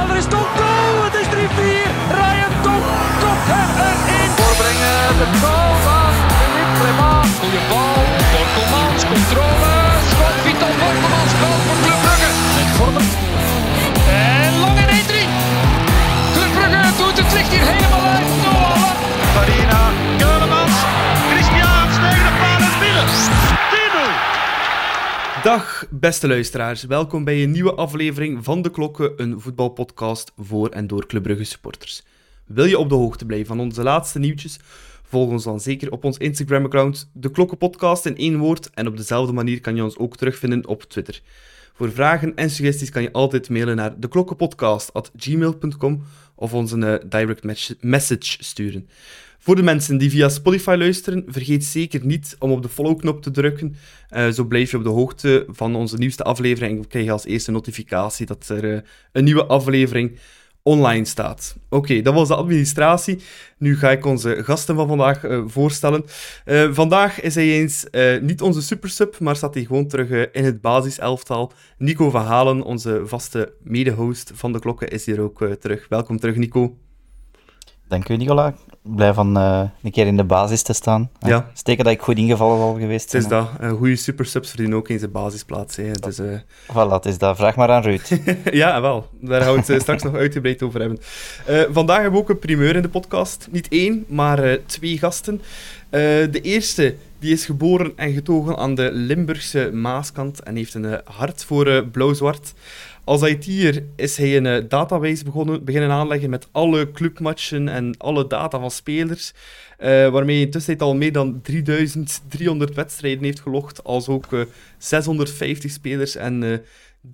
Er is toch goal! Het is 3-4. Ryan Top kopt hem erin. Voorbrengen de goal van Philippe Clement. Goeie bal. Borkelmans, controle. Schot Vital Borkelmans, goal voor Club Brugge. Met Vormer. En lang in 1-3. Club Brugge doet het licht hier helemaal uit. Noah. Farina, Keulemans, Christiaans tegen de paal en binnen. 10-0. Dag beste luisteraars, welkom bij een nieuwe aflevering van De Klokken, een voetbalpodcast voor en door Club Brugge supporters. Wil je op de hoogte blijven van onze laatste nieuwtjes? Volg ons dan zeker op ons Instagram-account, De Klokken Podcast in één woord, en op dezelfde manier kan je ons ook terugvinden op Twitter. Voor vragen en suggesties kan je altijd mailen naar deklokkenpodcast@gmail.com of ons een direct message sturen. Voor de mensen die via Spotify luisteren, vergeet zeker niet om op de follow-knop te drukken. Zo blijf je op de hoogte van onze nieuwste aflevering en krijg je als eerste notificatie dat er een nieuwe aflevering online staat. Oké, dat was de administratie. Nu ga ik onze gasten van vandaag voorstellen. Vandaag is hij eens niet onze supersub, maar staat hij gewoon terug in het basiselftal. Nico van Halen, onze vaste mede-host van De Klokken, is hier ook terug. Welkom terug, Nico. Dank u, Nicola. Blij van een keer in de basis te staan. Ja. Steken dat ik goed ingevallen zal geweest Het zijn. is dat. Goede supersubs verdienen ook eens een basisplaats. Hè. Dus, Voilà, het is dat. Vraag maar aan Ruud. Ja, wel. Daar gaan we het straks nog uitgebreid over hebben. Vandaag hebben we ook een primeur in de podcast. Niet één, maar twee gasten. De eerste die is geboren en getogen aan de Limburgse Maaskant en heeft een hart voor blauw-zwart. Als IT'er is hij een database beginnen aanleggen met alle clubmatchen en alle data van spelers, waarmee hij intussen al meer dan 3300 wedstrijden heeft gelogd, als ook 650 spelers en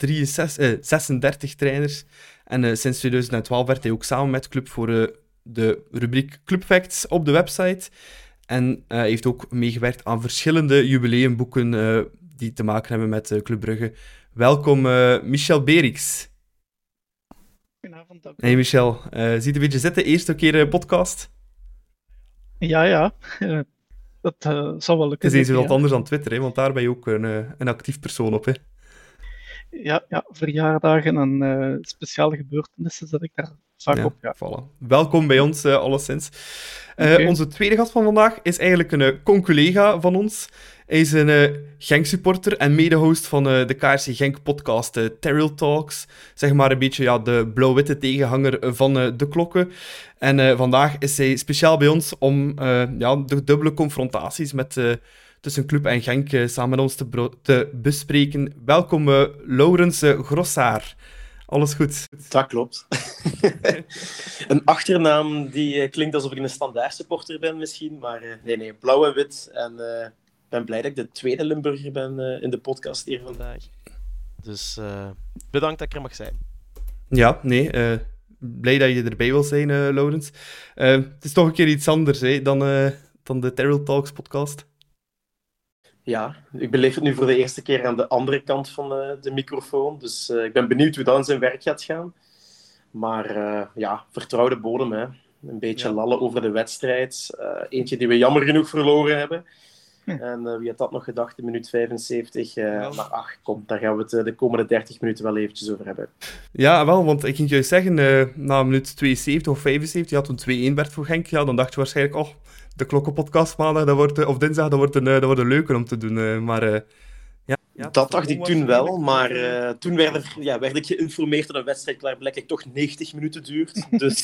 36 trainers. En sinds 2012 werkt hij ook samen met Club voor de rubriek Club Facts op de website. En heeft ook meegewerkt aan verschillende jubileumboeken die te maken hebben met Club Brugge. Welkom, Michel Berix. Goedenavond. Hey Michel, ziet een beetje zitten. Eerste keer podcast. Ja. Dat zal wel lukken. Het is eens zeker, wat anders dan Twitter, hè, want daar ben je ook een actief persoon op. Hè. Ja, verjaardagen en speciale gebeurtenissen zet ik daar vaak op. Ja. Voilà. Welkom bij ons, alleszins. Oké. Onze tweede gast van vandaag is eigenlijk een conculega van ons. Hij is een Genk-supporter en mede-host van de KRC Genk-podcast Terrill Talks. Zeg maar een beetje de blauw-witte tegenhanger van De Klokken. En vandaag is hij speciaal bij ons om de dubbele confrontaties tussen Club en Genk samen met ons te bespreken. Welkom, Laurens Grossaar. Alles goed? Dat klopt. Een achternaam die klinkt alsof ik een standaard supporter ben misschien, maar nee, blauw en wit. En ik ben blij dat ik de tweede Limburger ben in de podcast hier vandaag. Dus bedankt dat ik er mag zijn. Ja, nee, blij dat je erbij wil zijn, Laurens. Het is toch een keer iets anders dan de Terrill Talks podcast. Ja, ik beleef het nu voor de eerste keer aan de andere kant van de microfoon. Dus ik ben benieuwd hoe dat in zijn werk gaat gaan. Maar vertrouwde bodem, hè. Een beetje lallen over de wedstrijd. Eentje die we jammer genoeg verloren hebben. En wie had dat nog gedacht in minuut 75? Maar ach, kom, daar gaan we het de komende 30 minuten wel eventjes over hebben. Ja, wel, want ik ging juist zeggen, na minuut 72 of 75, ja, toen 2-1 werd voor Genk, ja, dan dacht je waarschijnlijk, de Klokkenpodcast maandag, of dinsdag, dat wordt een leuker om te doen. Dat dacht ik toen wel, maar toen werd ik geïnformeerd dat een wedstrijd blijkbaar toch 90 minuten duurt.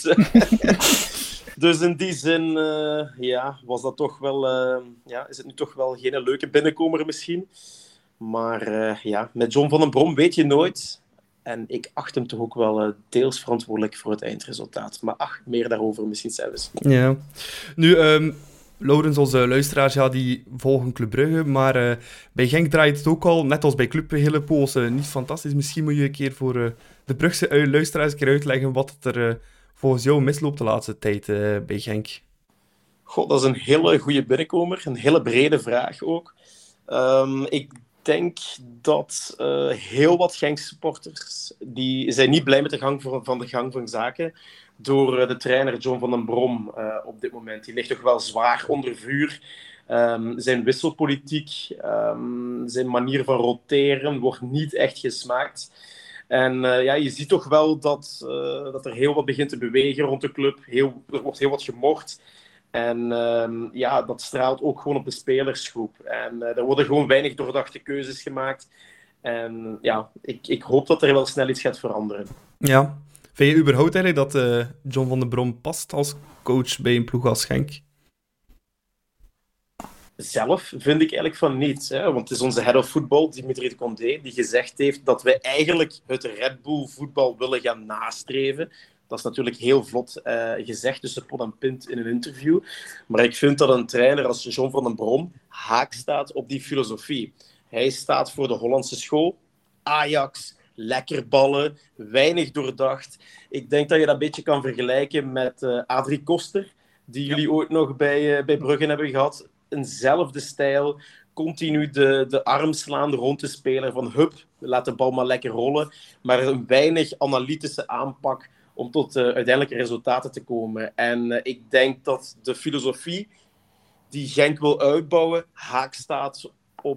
Dus in die zin was dat toch wel, is het nu toch wel geen leuke binnenkomer misschien. Maar met John van den Brom weet je nooit. En ik acht hem toch ook wel deels verantwoordelijk voor het eindresultaat. Maar meer daarover misschien zelfs. Ja. Nu, Laurens, onze luisteraars, die volgen Club Brugge, maar bij Genk draait het ook al, net als bij Club, een hele poos niet fantastisch. Misschien moet je een keer voor de Brugse luisteraars een keer uitleggen wat er volgens jou misloopt de laatste tijd bij Genk. Goh, dat is een hele goede binnenkomer, een hele brede vraag ook. Ik denk dat heel wat Genk-supporters die zijn niet blij met de gang van zaken door de trainer John van den Brom op dit moment. Die ligt toch wel zwaar onder vuur. Zijn wisselpolitiek, zijn manier van roteren wordt niet echt gesmaakt. En ja, je ziet toch wel dat er heel wat begint te bewegen rond de club. Er wordt heel wat gemord. En ja, dat straalt ook gewoon op de spelersgroep. En er worden gewoon weinig doordachte keuzes gemaakt. En ja, ik hoop dat er wel snel iets gaat veranderen. Ja. Vind je überhaupt eigenlijk dat John van den Brom past als coach bij een ploeg als Genk? Zelf vind ik eigenlijk van niet. Hè? Want het is onze head of football, Dimitri de Condé, die gezegd heeft dat wij eigenlijk het Red Bull voetbal willen gaan nastreven. Dat is natuurlijk heel vlot gezegd tussen pot en pint in een interview. Maar ik vind dat een trainer als John van den Brom haak staat op die filosofie. Hij staat voor de Hollandse school. Ajax, lekker ballen, weinig doordacht. Ik denk dat je dat een beetje kan vergelijken met Adrie Koster, die jullie ooit nog bij Brugge hebben gehad. Eenzelfde stijl, continu de arm slaan rond de speler van hup, laat de bal maar lekker rollen. Maar een weinig analytische aanpak om tot uiteindelijke resultaten te komen. En ik denk dat de filosofie die Genk wil uitbouwen, haak staat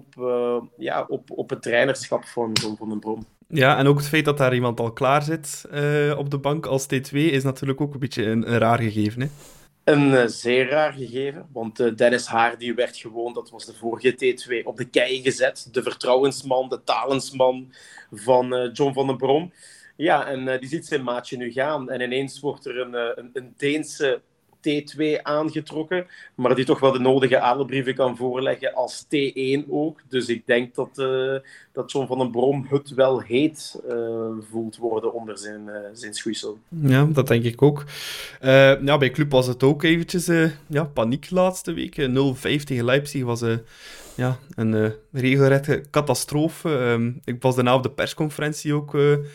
op het trainerschap van Van den Brom. Ja, en ook het feit dat daar iemand al klaar zit op de bank als T2 is natuurlijk ook een beetje een raar gegeven, hè? Een zeer raar gegeven, want Dennis Haar die werd gewoon, dat was de vorige T2, op de kei gezet. De vertrouwensman, de talensman van John van den Brom. Ja, en die ziet zijn maatje nu gaan. En ineens wordt er een Deense T2 aangetrokken, maar die toch wel de nodige adelbrieven kan voorleggen als T1 ook. Dus ik denk dat John van den Brom het wel heet voelt worden onder zijn schoeisel. Ja, dat denk ik ook. Ja, bij Club was het ook eventjes paniek laatste week. 0-5 tegen Leipzig was een regelrechte catastrofe. Ik was daarna op de persconferentie ook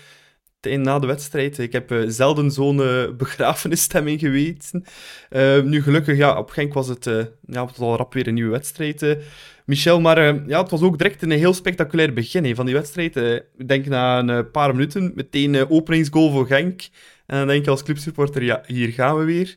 na de wedstrijd. Ik heb zelden zo'n begrafenisstemming geweten. Nu gelukkig, op Genk was het al rap weer een nieuwe wedstrijd. Michel, maar het was ook direct een heel spectaculair begin van die wedstrijd. Ik denk na een paar minuten meteen openingsgoal voor Genk. En dan denk je als clubsupporter, ja, hier gaan we weer.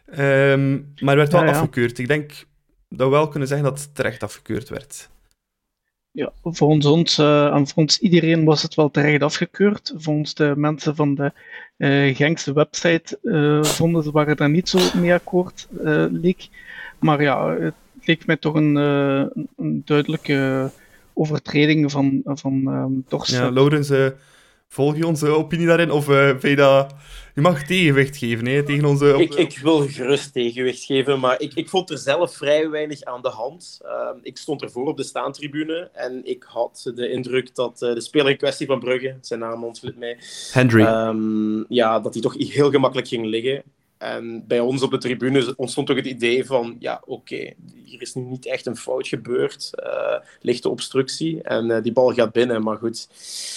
Maar werd wel afgekeurd. Ik denk dat we wel kunnen zeggen dat het terecht afgekeurd werd. Ja, volgens ons en volgens iedereen was het wel terecht afgekeurd. Volgens de mensen van de Genkse website waren daar niet zo mee akkoord, leek. Maar ja, het leek mij toch een duidelijke overtreding van Torsten. Ja, Laurens, volg je onze opinie daarin? Of vind je dat... Je mag tegenwicht geven, hè, tegen onze... Ik wil gerust tegenwicht geven, maar ik vond er zelf vrij weinig aan de hand. Ik stond ervoor op de staantribune en ik had de indruk dat de speler in kwestie van Brugge, zijn naam ontslipt mij, Hendry. Dat hij toch heel gemakkelijk ging liggen. En bij ons op de tribune ontstond toch het idee van, oké, hier is nu niet echt een fout gebeurd. Lichte obstructie en die bal gaat binnen, maar goed...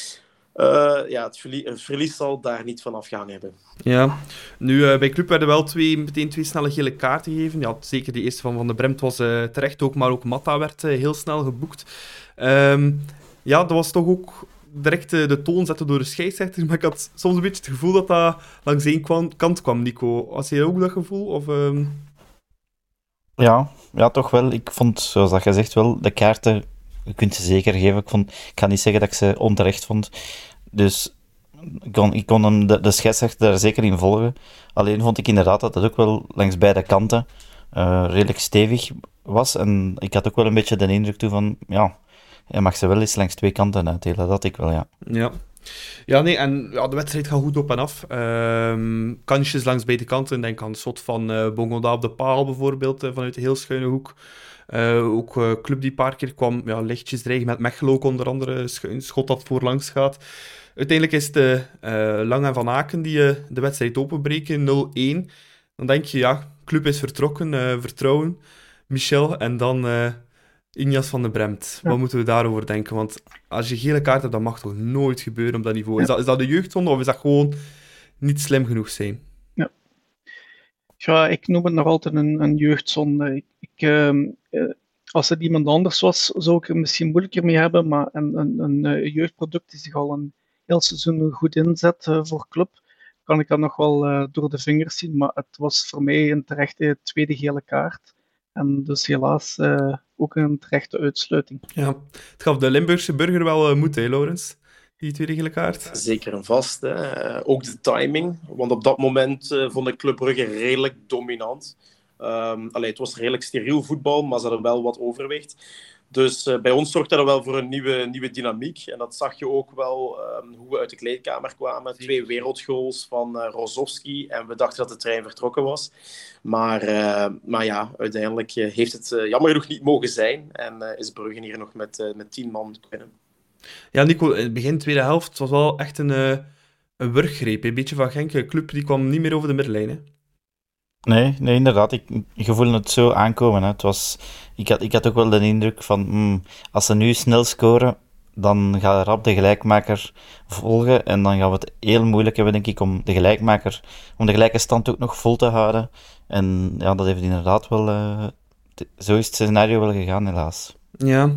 het verlies zal daar niet van afgaan hebben. Ja, nu bij Club werden wel meteen twee snelle gele kaarten gegeven. Ja, zeker die eerste van de Bremt was terecht ook, maar ook Matta werd heel snel geboekt. Dat was toch ook direct de toon zetten door de scheidsrechter, maar ik had soms een beetje het gevoel dat dat langs één kant kwam, Nico. Was jij ook dat gevoel? Of, Ja, toch wel. Ik vond, zoals dat je zegt, wel de kaarten... Je kunt ze zeker geven. Ik kan niet zeggen dat ik ze onterecht vond. Dus ik kon hem de scheidsrechter daar zeker in volgen. Alleen vond ik inderdaad dat het ook wel langs beide kanten redelijk stevig was. En ik had ook wel een beetje de indruk toe van... Ja, hij mag ze wel eens langs twee kanten uitdelen. Dat had ik wel, ja. Ja, nee, en de wedstrijd gaat goed op en af. Kansjes langs beide kanten. Denk aan het shot van Bongonda op de paal bijvoorbeeld, vanuit de heel schuine hoek. Ook Club die een paar keer kwam lichtjes dreigen met Mechelen ook onder andere, een schot dat voorlangs gaat. Uiteindelijk is het Lang en Van Aken die de wedstrijd openbreken, 0-1. Dan denk je, Club is vertrokken, vertrouwen, Michel, en dan Injas van de Bremt. Wat moeten we daarover denken? Want als je gele kaart hebt, dat mag toch nooit gebeuren op dat niveau. Is dat de jeugdzonde of is dat gewoon niet slim genoeg zijn? Ja, ik noem het nog altijd een jeugdzonde. Als het iemand anders was, zou ik er misschien moeilijker mee hebben, maar een jeugdproduct die zich al een heel seizoen goed inzet voor club, kan ik dat nog wel door de vingers zien, maar het was voor mij een terechte tweede gele kaart. En dus helaas ook een terechte uitsluiting. Ja, het gaf de Limburgse burger wel moed, hè, Laurens? die tweede gele kaart. Zeker en vast. Hè. Ook de timing. Want op dat moment vond ik Club Brugge redelijk dominant. Het was redelijk steriel voetbal, maar ze hadden wel wat overwicht. Dus bij ons zorgde dat wel voor een nieuwe dynamiek. En dat zag je ook wel hoe we uit de kleedkamer kwamen. 2 wereldgoals van Rozovski. En we dachten dat de trein vertrokken was. Maar ja, uiteindelijk heeft het jammer genoeg niet mogen zijn. En is Brugge hier nog met 10 man kunnen. Ja, Nico, in het begin tweede helft was wel echt een wurggreep. Een beetje van Genk. Een club die kwam niet meer over de middenlijn. Hè. Nee, inderdaad. Je voelde het zo aankomen. Hè. Ik had ook wel de indruk van, als ze nu snel scoren, dan gaat rap de gelijkmaker volgen. En dan gaan we het heel moeilijk hebben, denk ik, om de gelijke stand ook nog vol te houden. En ja, dat heeft inderdaad wel... zo is het scenario wel gegaan, helaas. Ja.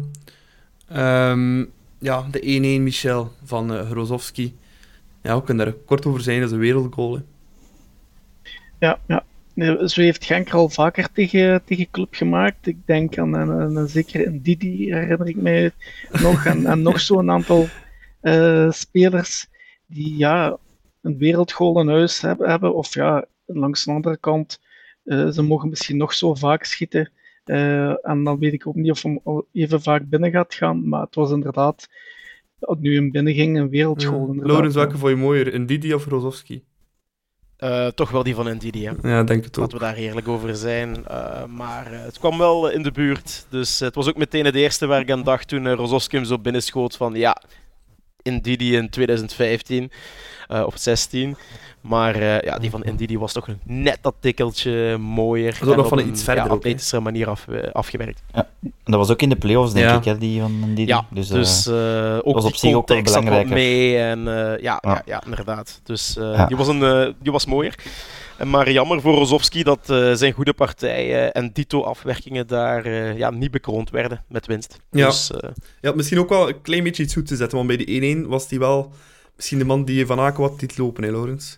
Ja, de 1-1 Michel van Grozovski. Ja, we kunnen daar kort over zijn. Dat is een wereldgoal. Hè. Ja. Zo heeft Genk er al vaker tegen club gemaakt. Ik denk aan zeker een Didi, herinner ik mij nog. En nog zo'n aantal spelers die een wereldgoal in huis hebben. Of ja, langs de andere kant, ze mogen misschien nog zo vaak schieten. En dan weet ik ook niet of hem even vaak binnen gaat gaan. Maar het was inderdaad, nu hem binnenging, een wereldgoal. Laurens, welke vond je mooier? Een Didi of Rozovski? Toch wel die van Ndidi, hè. Ja, denk het ook. Laten we daar eerlijk over zijn. Maar het kwam wel in de buurt. Dus het was ook meteen het eerste waar ik aan dacht toen Rozovski hem zo binnenschoot van ja, Ndidi in 2015 of 16. Maar die van Ndidi was toch net dat tikkeltje mooier. Dat was ook nog van een iets verder op atletische manier afgewerkt. Ja, dat was ook in de play-offs, denk ik, hè, die van Ndidi. Ja, dus ook was op die zich ook wel context zat wat belangrijker. mee. En ja, inderdaad. Dus die was mooier. Maar jammer voor Rozovski dat zijn goede partijen en dito-afwerkingen daar niet bekroond werden met winst. Ja. Dus, ja, misschien ook wel een klein beetje iets goed te zetten, want bij de 1-1 was hij wel misschien de man die Van Aken wat liet lopen, hè, Laurens?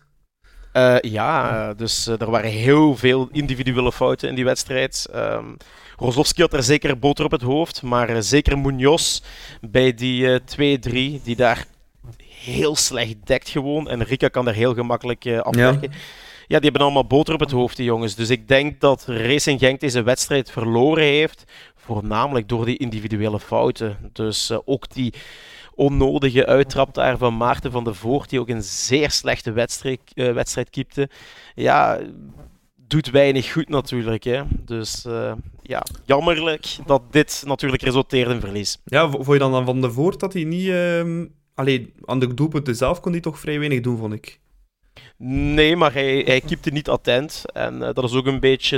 Dus er waren heel veel individuele fouten in die wedstrijd. Rozovski had er zeker boter op het hoofd, maar zeker Munoz bij die 2-3, die daar heel slecht dekt gewoon. En Rika kan daar heel gemakkelijk afwerken. Ja, die hebben allemaal boter op het hoofd, die jongens. Dus ik denk dat Racing Genk deze wedstrijd verloren heeft, voornamelijk door die individuele fouten. Dus ook die onnodige uittrap daar van Maarten van der Voort, die ook een zeer slechte wedstrijd keepte. Ja, doet weinig goed natuurlijk. Hè. Dus jammerlijk dat dit natuurlijk resulteert in verlies. Ja, vond je dan van der Voort dat hij niet... aan de doelpunten zelf kon hij toch vrij weinig doen, vond ik. Nee, maar hij keepte niet attent. En dat is ook een beetje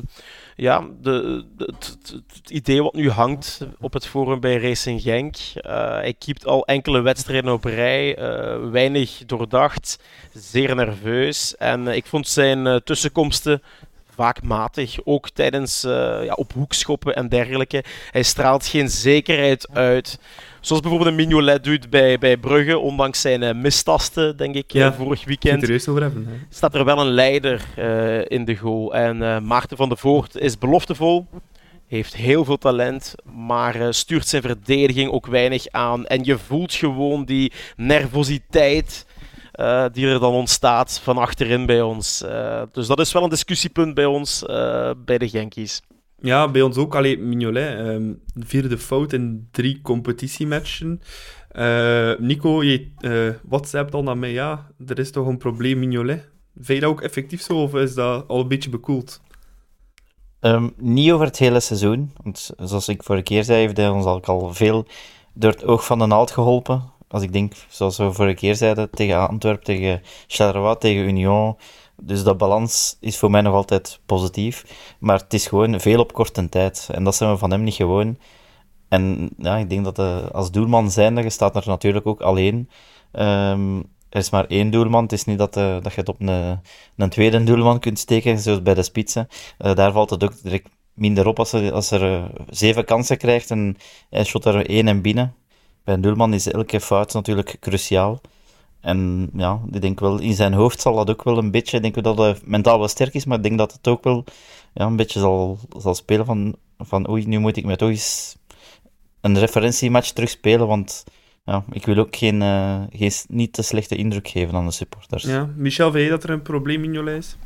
het idee wat nu hangt op het forum bij Racing Genk. Hij keept al enkele wedstrijden op rij, weinig doordacht, zeer nerveus. En ik vond zijn tussenkomsten vaak matig, ook tijdens op hoekschoppen en dergelijke. Hij straalt geen zekerheid uit. Zoals bijvoorbeeld een Mignolet doet bij Brugge, ondanks zijn mistasten, denk ik, vorig weekend. Het er over hebben, hè. Staat er wel een leider in de goal. En Maarten van der Voort is beloftevol, heeft heel veel talent, maar stuurt zijn verdediging ook weinig aan. En je voelt gewoon die nervositeit die er dan ontstaat van achterin bij ons. Dus dat is wel een discussiepunt bij ons, bij de Genkies. Ja, bij ons ook. Mignolet, vierde fout in 3 competitiematchen. Nico, je WhatsApp al naar mij. Ja, er is toch een probleem, Mignolet. Vind je dat ook effectief zo, of is dat al een beetje bekoeld? Niet over het hele seizoen. Want zoals ik vorige keer zei, heeft hij ons al veel door het oog van de naald geholpen. Als ik denk, zoals we vorige keer zeiden, tegen Antwerpen, tegen Charleroi, tegen Union. Dus dat balans is voor mij nog altijd positief. Maar het is gewoon veel op korte tijd. En dat zijn we van hem niet gewoon. En ja, ik denk dat als doelman zijnde, je staat er natuurlijk ook alleen. Er is maar 1 doelman. Het is niet dat je het op een tweede doelman kunt steken, zoals bij de spitsen. Daar valt het ook direct minder op als er 7 kansen krijgt en hij shot er 1 en binnen. Bij een doelman is elke fout natuurlijk cruciaal. En ja, ik denk wel, in zijn hoofd zal dat ook wel een beetje, ik denk dat hij mentaal wel sterk is, maar ik denk dat het ook wel een beetje zal spelen van oei, nu moet ik me toch eens een referentiematch terugspelen, want ja, ik wil ook niet te slechte indruk geven aan de supporters. Ja. Michel, vind je dat er een probleem in jullie is?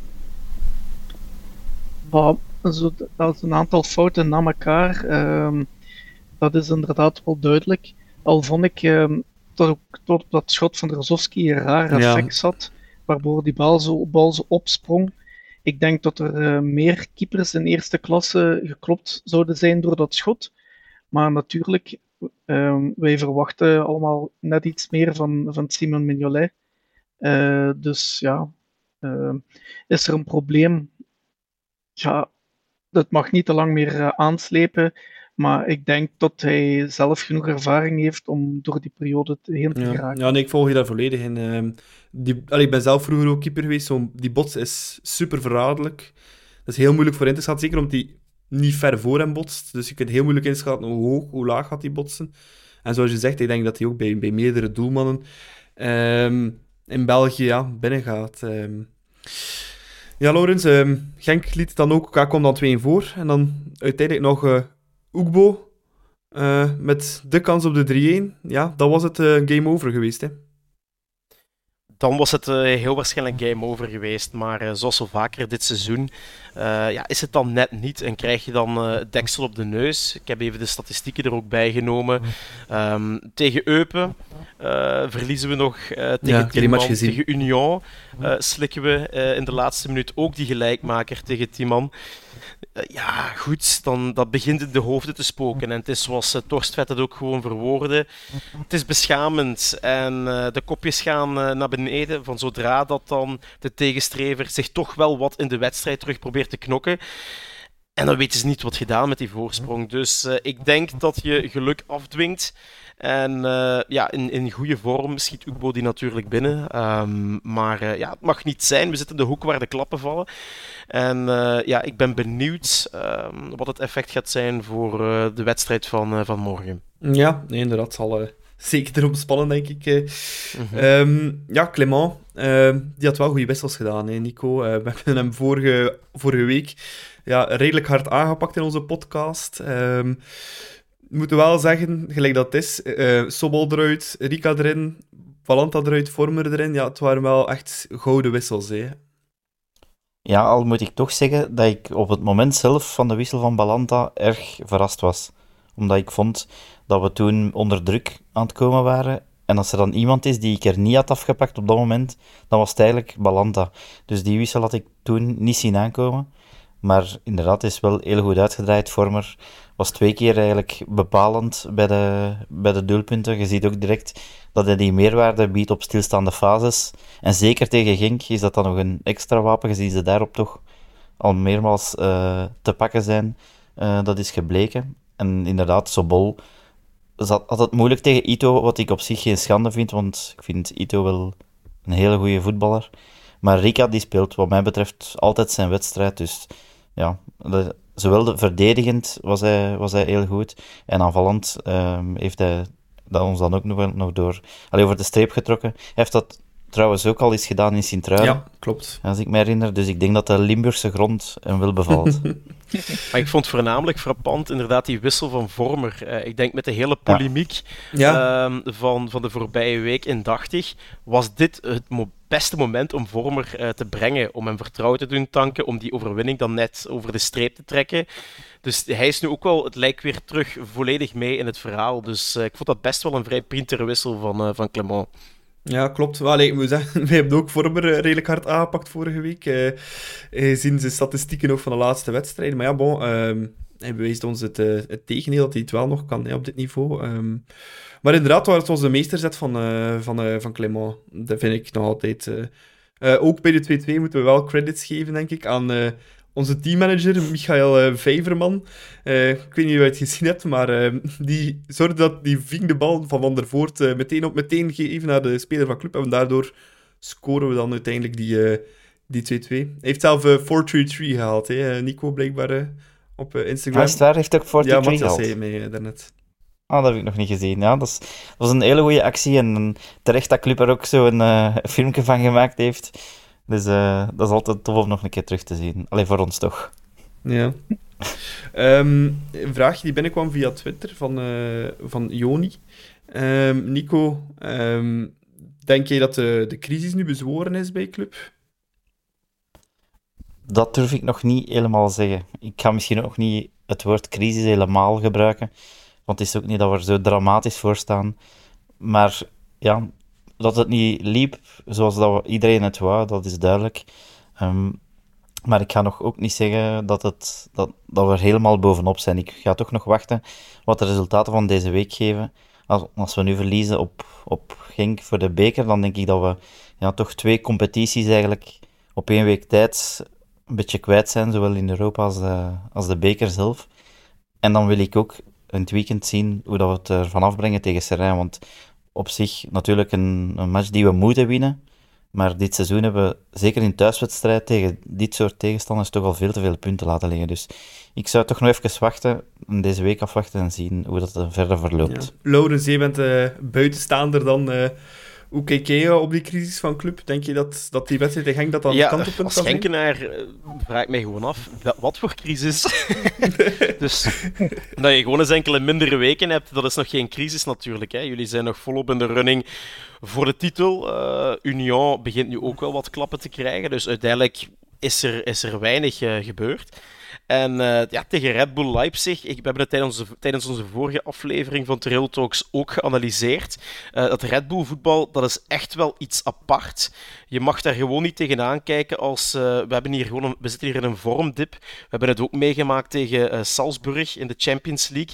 Dat is een aantal fouten na elkaar. Dat is inderdaad wel duidelijk. Al vond ik dat ook tot dat schot van Rozovski een raar effect zat, waardoor die bal zo opsprong. Ik denk dat er meer keepers in eerste klasse geklopt zouden zijn door dat schot. Maar natuurlijk, wij verwachten allemaal net iets meer van Simon Mignolet. Dus ja, is er een probleem? Ja, dat mag niet te lang meer aanslepen. Maar ik denk dat hij zelf genoeg ervaring heeft om door die periode heen te geraken. Ja, nee, ik volg je daar volledig in. Ik ben zelf vroeger ook keeper geweest. Die bots is super verraderlijk. Dat is heel moeilijk voor in te schatten, zeker omdat hij niet ver voor hem botst. Dus je kunt heel moeilijk inschatten hoe hoog, hoe laag gaat hij botsen. En zoals je zegt, ik denk dat hij ook bij meerdere doelmannen in België binnen gaat. Ja, Laurens, Genk liet het dan ook, kwam dan 2 voor. En dan uiteindelijk nog Ugbo met de kans op de 3-1. Ja, dat was het game over geweest, hè? Dan was het heel waarschijnlijk game over geweest. Maar zoals zo vaker dit seizoen is het dan net niet en krijg je dan deksel op de neus. Ik heb even de statistieken er ook bij genomen. Tegen Eupen verliezen we nog tegen Timan. Tegen Union slikken we in de laatste minuut ook die gelijkmaker tegen Timan. Ja, goed, dan dat begint in de hoofden te spoken. En het is zoals Torstvet het ook gewoon verwoordde. Het is beschamend en de kopjes gaan naar beneden van zodra dat dan de tegenstrever zich toch wel wat in de wedstrijd terug probeert te knokken. En dan weten ze niet wat gedaan met die voorsprong. Dus ik denk dat je geluk afdwingt. En in goede vorm schiet Ugbo die natuurlijk binnen. Maar het mag niet zijn. We zitten in de hoek waar de klappen vallen. En ik ben benieuwd wat het effect gaat zijn voor de wedstrijd van morgen. Ja, nee, inderdaad. Het zal zeker erop spannen, denk ik. Clément, die had wel goede wissels gedaan, hè, Nico. We hebben hem vorige week redelijk hard aangepakt in onze podcast. We moeten wel zeggen, gelijk dat het is, Sobol eruit, Rika erin, Valanta eruit, Vormer erin. Ja, het waren wel echt gouden wissels, hè. Ja, al moet ik toch zeggen dat ik op het moment zelf van de wissel van Balanta erg verrast was. Omdat ik vond dat we toen onder druk aan het komen waren. En als er dan iemand is die ik er niet had afgepakt op dat moment, dan was het eigenlijk Balanta. Dus die wissel had ik toen niet zien aankomen. Maar inderdaad, is wel heel goed uitgedraaid. Vormer was 2 keer eigenlijk bepalend bij de doelpunten. Je ziet ook direct dat hij die meerwaarde biedt op stilstaande fases. En zeker tegen Genk is dat dan nog een extra wapen, gezien ze daarop toch al meermaals te pakken zijn. Dat is gebleken. En inderdaad, Sobol had het moeilijk tegen Ito, wat ik op zich geen schande vind, want ik vind Ito wel een hele goede voetballer. Maar Rika die speelt wat mij betreft altijd zijn wedstrijd, dus ja, zowel verdedigend was hij heel goed, en aanvallend heeft hij ons dan ook nog over de streep getrokken. Hij heeft dat trouwens ook al eens gedaan in Sint-Truiden. Ja, klopt. Als ik me herinner, dus ik denk dat de Limburgse grond hem wel bevalt. Maar ik vond voornamelijk frappant inderdaad die wissel van Vormer. Ik denk met de hele polemiek van de voorbije week indachtig, was dit het beste moment om Vormer te brengen, om hem vertrouwen te doen tanken, om die overwinning dan net over de streep te trekken. Dus hij is nu ook wel, het lijkt weer terug volledig mee in het verhaal. Dus ik vond dat best wel een vrij printere wissel van Clément. Ja, klopt. Ik moet zeggen, wij hebben ook Vormer redelijk hard aangepakt vorige week. Zien zijn statistieken ook van de laatste wedstrijden. Maar ja, bon, hij beweest ons het tegendeel dat hij het wel nog kan op dit niveau. Maar inderdaad, het was de meesterzet van Clément. Dat vind ik nog altijd. Ook bij de 2-2 moeten we wel credits geven, denk ik, aan onze teammanager, Michael Vijverman. Ik weet niet of je het gezien hebt, maar die zorgde dat die ving de bal van Van der Voort meteen geven naar de speler van Club. En daardoor scoren we dan uiteindelijk die 2-2. Hij heeft zelf 4-3-3 gehaald, hè, Nico, blijkbaar op Instagram. Is daar heeft ook 4-3 gehaald? Ja, Matthias zei het mij daarnet. Dat heb ik nog niet gezien. Ja, dat was een hele goede actie. En terecht dat Club er ook zo'n filmpje van gemaakt heeft. Dus dat is altijd tof om nog een keer terug te zien. Alleen voor ons toch. Ja. Een vraagje die binnenkwam via Twitter van Joni. Nico, denk jij dat de crisis nu bezworen is bij club? Dat durf ik nog niet helemaal zeggen. Ik ga misschien ook niet het woord crisis helemaal gebruiken, want het is ook niet dat we er zo dramatisch voor staan. Maar ja, dat het niet liep zoals dat iedereen het wou, dat is duidelijk. Maar ik ga nog ook niet zeggen dat we er helemaal bovenop zijn. Ik ga toch nog wachten wat de resultaten van deze week geven. Als we nu verliezen op Genk voor de beker, dan denk ik dat we toch 2 competities eigenlijk op 1 week tijd een beetje kwijt zijn, zowel in Europa als de beker zelf. En dan wil ik ook in het weekend zien hoe dat we het ervan afbrengen tegen Serijn. Want op zich natuurlijk een match die we moeten winnen. Maar dit seizoen hebben we, zeker in thuiswedstrijd, tegen dit soort tegenstanders toch al veel te veel punten laten liggen. Dus ik zou toch nog even wachten, deze week afwachten en zien hoe dat verder verloopt. Ja. Laurens, jij bent buitenstaander dan. Hoe kijk jij op die crisis van club? Denk je dat die wedstrijd tegen Genk dat aan de kantelpunt kan zijn? Als Genkenaar vraag ik mij gewoon af, wat voor crisis? Dus dat je gewoon eens enkele mindere weken hebt, dat is nog geen crisis natuurlijk. Hè. Jullie zijn nog volop in de running voor de titel. Union begint nu ook wel wat klappen te krijgen, dus uiteindelijk is er weinig gebeurd. En tegen Red Bull Leipzig, we hebben het tijdens onze vorige aflevering van Trail Talks ook geanalyseerd. Dat Red Bull voetbal, dat is echt wel iets apart. Je mag daar gewoon niet tegenaan kijken als... we zitten hier in een vormdip. We hebben het ook meegemaakt tegen Salzburg in de Champions League.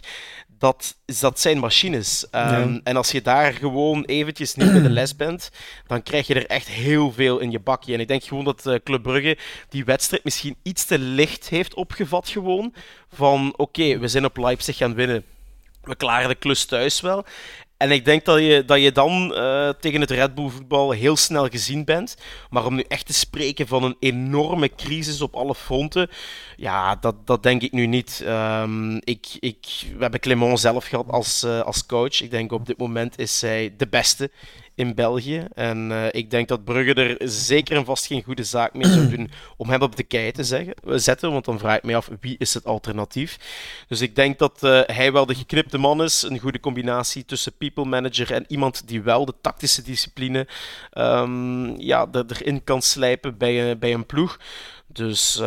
Dat zijn machines. En als je daar gewoon eventjes niet bij de les bent, dan krijg je er echt heel veel in je bakje. En ik denk gewoon dat Club Brugge die wedstrijd misschien iets te licht heeft opgevat gewoon. Van oké, we zijn op Leipzig gaan winnen. We klaren de klus thuis wel. En ik denk dat je dan tegen het Red Bull voetbal heel snel gezien bent. Maar om nu echt te spreken van een enorme crisis op alle fronten, ja, dat denk ik nu niet. We hebben Clément zelf gehad als coach. Ik denk op dit moment is zij de beste in België. En ik denk dat Brugge er zeker en vast geen goede zaak mee zou doen om hem op de kei te zetten. Want dan vraag ik me af, wie is het alternatief? Dus ik denk dat hij wel de geknipte man is. Een goede combinatie tussen people manager en iemand die wel de tactische discipline erin kan slijpen bij een ploeg. Dus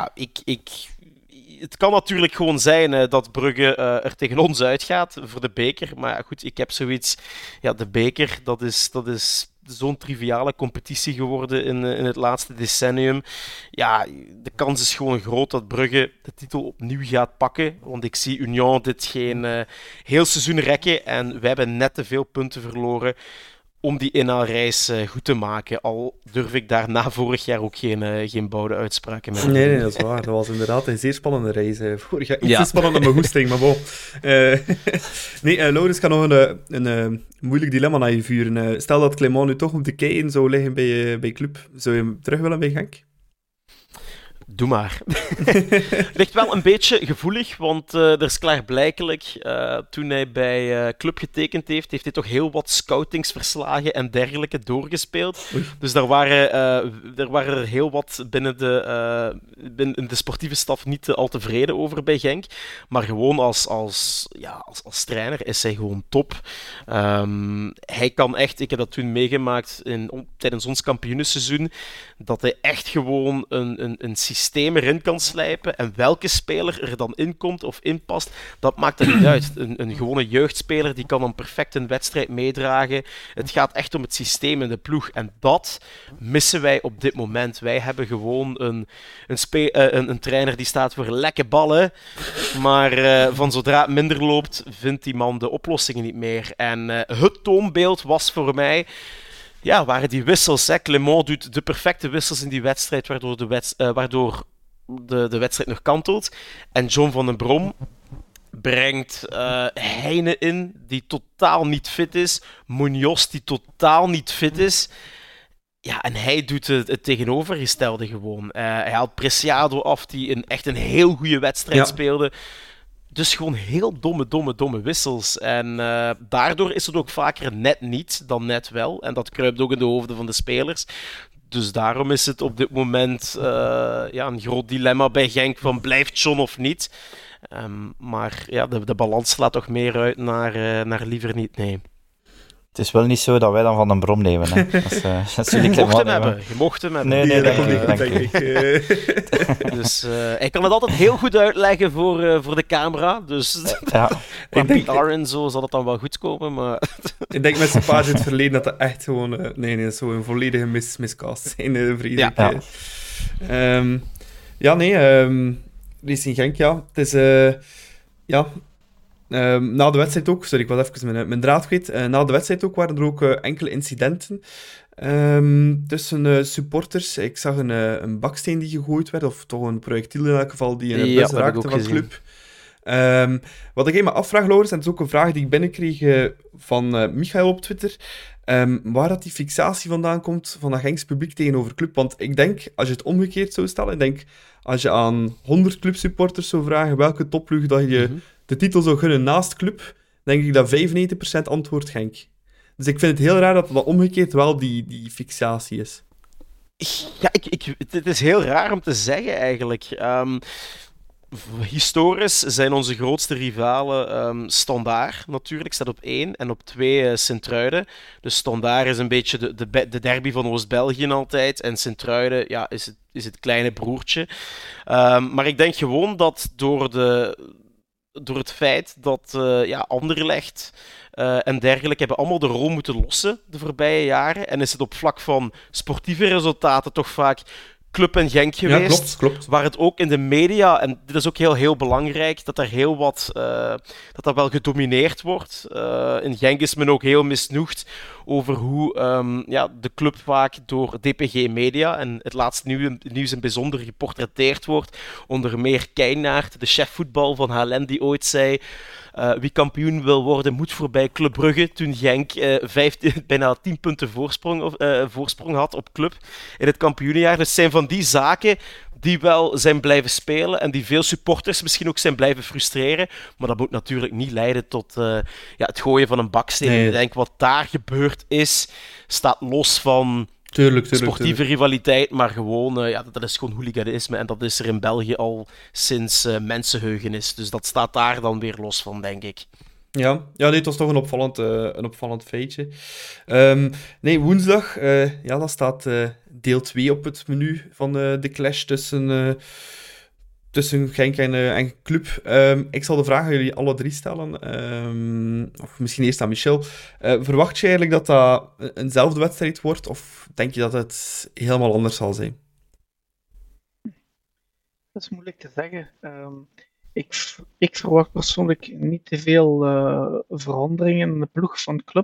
het kan natuurlijk gewoon zijn dat Brugge er tegen ons uitgaat voor de beker. Maar goed, ik heb zoiets... Ja, de beker, dat is zo'n triviale competitie geworden in het laatste decennium. Ja, de kans is gewoon groot dat Brugge de titel opnieuw gaat pakken. Want ik zie Union dit geen heel seizoen rekken. En wij hebben net te veel punten verloren om die inhaalreis goed te maken. Al durf ik daar na vorig jaar ook geen boude uitspraken mee. Nee, dat is waar. Dat was inderdaad een zeer spannende reis. Vorig jaar iets te spannend dan mijn goesting, maar bon. Laurens, ik ga nog een moeilijk dilemma naar je vuren. Stel dat Clément nu toch op de kei zou liggen bij club. Zou je hem terug willen bij Genk? Doe maar. Ligt wel een beetje gevoelig, want er is klaarblijkelijk, toen hij bij club getekend heeft hij toch heel wat scoutingsverslagen en dergelijke doorgespeeld. Oei. Dus er waren er heel wat binnen de sportieve staf niet al tevreden over bij Genk. Maar gewoon als trainer is hij gewoon top. Hij kan echt, ik heb dat toen meegemaakt tijdens ons kampioenenseizoen, dat hij echt gewoon een systeem erin kan slijpen en welke speler er dan in komt of inpast, dat maakt er niet uit. Een gewone jeugdspeler die kan dan perfect een wedstrijd meedragen. Het gaat echt om het systeem in de ploeg en dat missen wij op dit moment. Wij hebben gewoon een trainer die staat voor lekke ballen, maar van zodra het minder loopt, vindt die man de oplossingen niet meer. En het toonbeeld was voor mij... Ja, waren die wissels. Hè. Clément doet de perfecte wissels in die wedstrijd, waardoor de wedstrijd nog kantelt. En John van den Brom brengt Heine in, die totaal niet fit is. Munoz, die totaal niet fit is. Ja, en hij doet het tegenovergestelde gewoon. Hij haalt Preciado af, die echt een heel goede wedstrijd speelde. Dus gewoon heel domme wissels. En daardoor is het ook vaker net niet dan net wel. En dat kruipt ook in de hoofden van de spelers. Dus daarom is het op dit moment een groot dilemma bij Genk van blijft John of niet. Maar ja, de balans slaat toch meer uit naar liever niet, nee. Het is wel niet zo dat wij dan van den Brom nemen. Hè. Als jullie Je mocht hem hebben. Nee, dat dank komt u. niet goed, denk ik. Dus ik kan het altijd heel goed uitleggen voor de camera. Dus Ja. qua PR en zo zal het dan wel goed komen. Maar Ik denk met zijn paard in het verleden dat echt gewoon... nee, dat zou een volledige miscast zijn, vrees ik. Racing Genk, ja. Het is... na de wedstrijd ook... Sorry, ik was even mijn draad kwijt. Na de wedstrijd ook waren er ook enkele incidenten tussen supporters. Ik zag een baksteen die gegooid werd, of toch een projectiel in elk geval, die een bus raakte van de club. Wat ik me afvraag, Laurens, en dat is ook een vraag die ik binnenkreeg van Michael op Twitter, waar dat die fixatie vandaan komt van dat Genks publiek tegenover club. Want ik denk, als je het omgekeerd zou stellen, ik denk, als je aan 100 clubsupporters zou vragen welke topploeg dat je de titel zou gunnen naast club, denk ik dat 95% antwoord Genk. Dus ik vind het heel raar dat dat omgekeerd wel die fixatie is. ja, het is heel raar om te zeggen eigenlijk. Historisch zijn onze grootste rivalen Standaard natuurlijk, staat op 1 en op 2 Sint-Truiden. Dus Standaard is een beetje de derby van Oost-België altijd en Sint-Truiden ja, is het kleine broertje. Maar ik denk gewoon dat door het feit dat Anderlecht en dergelijke hebben allemaal de rol moeten lossen de voorbije jaren en is het op vlak van sportieve resultaten toch vaak Club en Genk geweest. Ja, klopt. Waar het ook in de media, en dit is ook heel belangrijk, dat er heel wat, dat dat wel gedomineerd wordt. In Genk is men ook heel misnoegd over hoe de club vaak door DPG Media en het laatste nieuws in bijzonder geportretteerd wordt. Onder meer Keinaert, de chef voetbal van HLN, die ooit zei: wie kampioen wil worden, moet voorbij Club Brugge. Toen Genk bijna 10 punten voorsprong had op club in het kampioenenjaar. Dus het zijn van die zaken die wel zijn blijven spelen en die veel supporters misschien ook zijn blijven frustreren. Maar dat moet natuurlijk niet leiden tot het gooien van een baksteen. Nee. Ik denk wat daar gebeurd is, staat los van sportieve rivaliteit, maar gewoon, dat is gewoon hooliganisme en dat is er in België al sinds mensenheugenis. Dus dat staat daar dan weer los van, denk ik. Ja, het was toch een opvallend feitje. Woensdag, dat staat deel 2 op het menu van de clash tussen Genk en Club. Ik zal de vraag aan jullie alle drie stellen. Of misschien eerst aan Michel. Verwacht je eigenlijk dat eenzelfde wedstrijd wordt? Of denk je dat het helemaal anders zal zijn? Dat is moeilijk te zeggen. Ik verwacht persoonlijk niet te veel veranderingen in de ploeg van de club.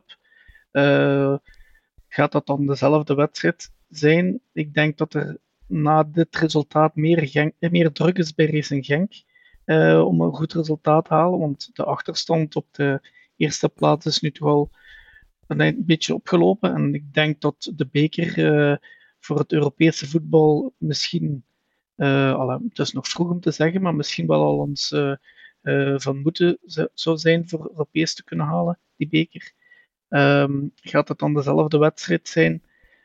Gaat dat dan dezelfde wedstrijd zijn? Ik denk dat er na dit resultaat meer druk is bij Racing Genk om een goed resultaat te halen, want de achterstand op de eerste plaats is nu toch al een beetje opgelopen. En ik denk dat de beker voor het Europese voetbal misschien, het is nog vroeg om te zeggen, maar misschien wel al ons van moeten zou zijn voor Europees te kunnen halen, die beker. Gaat het dan dezelfde wedstrijd zijn?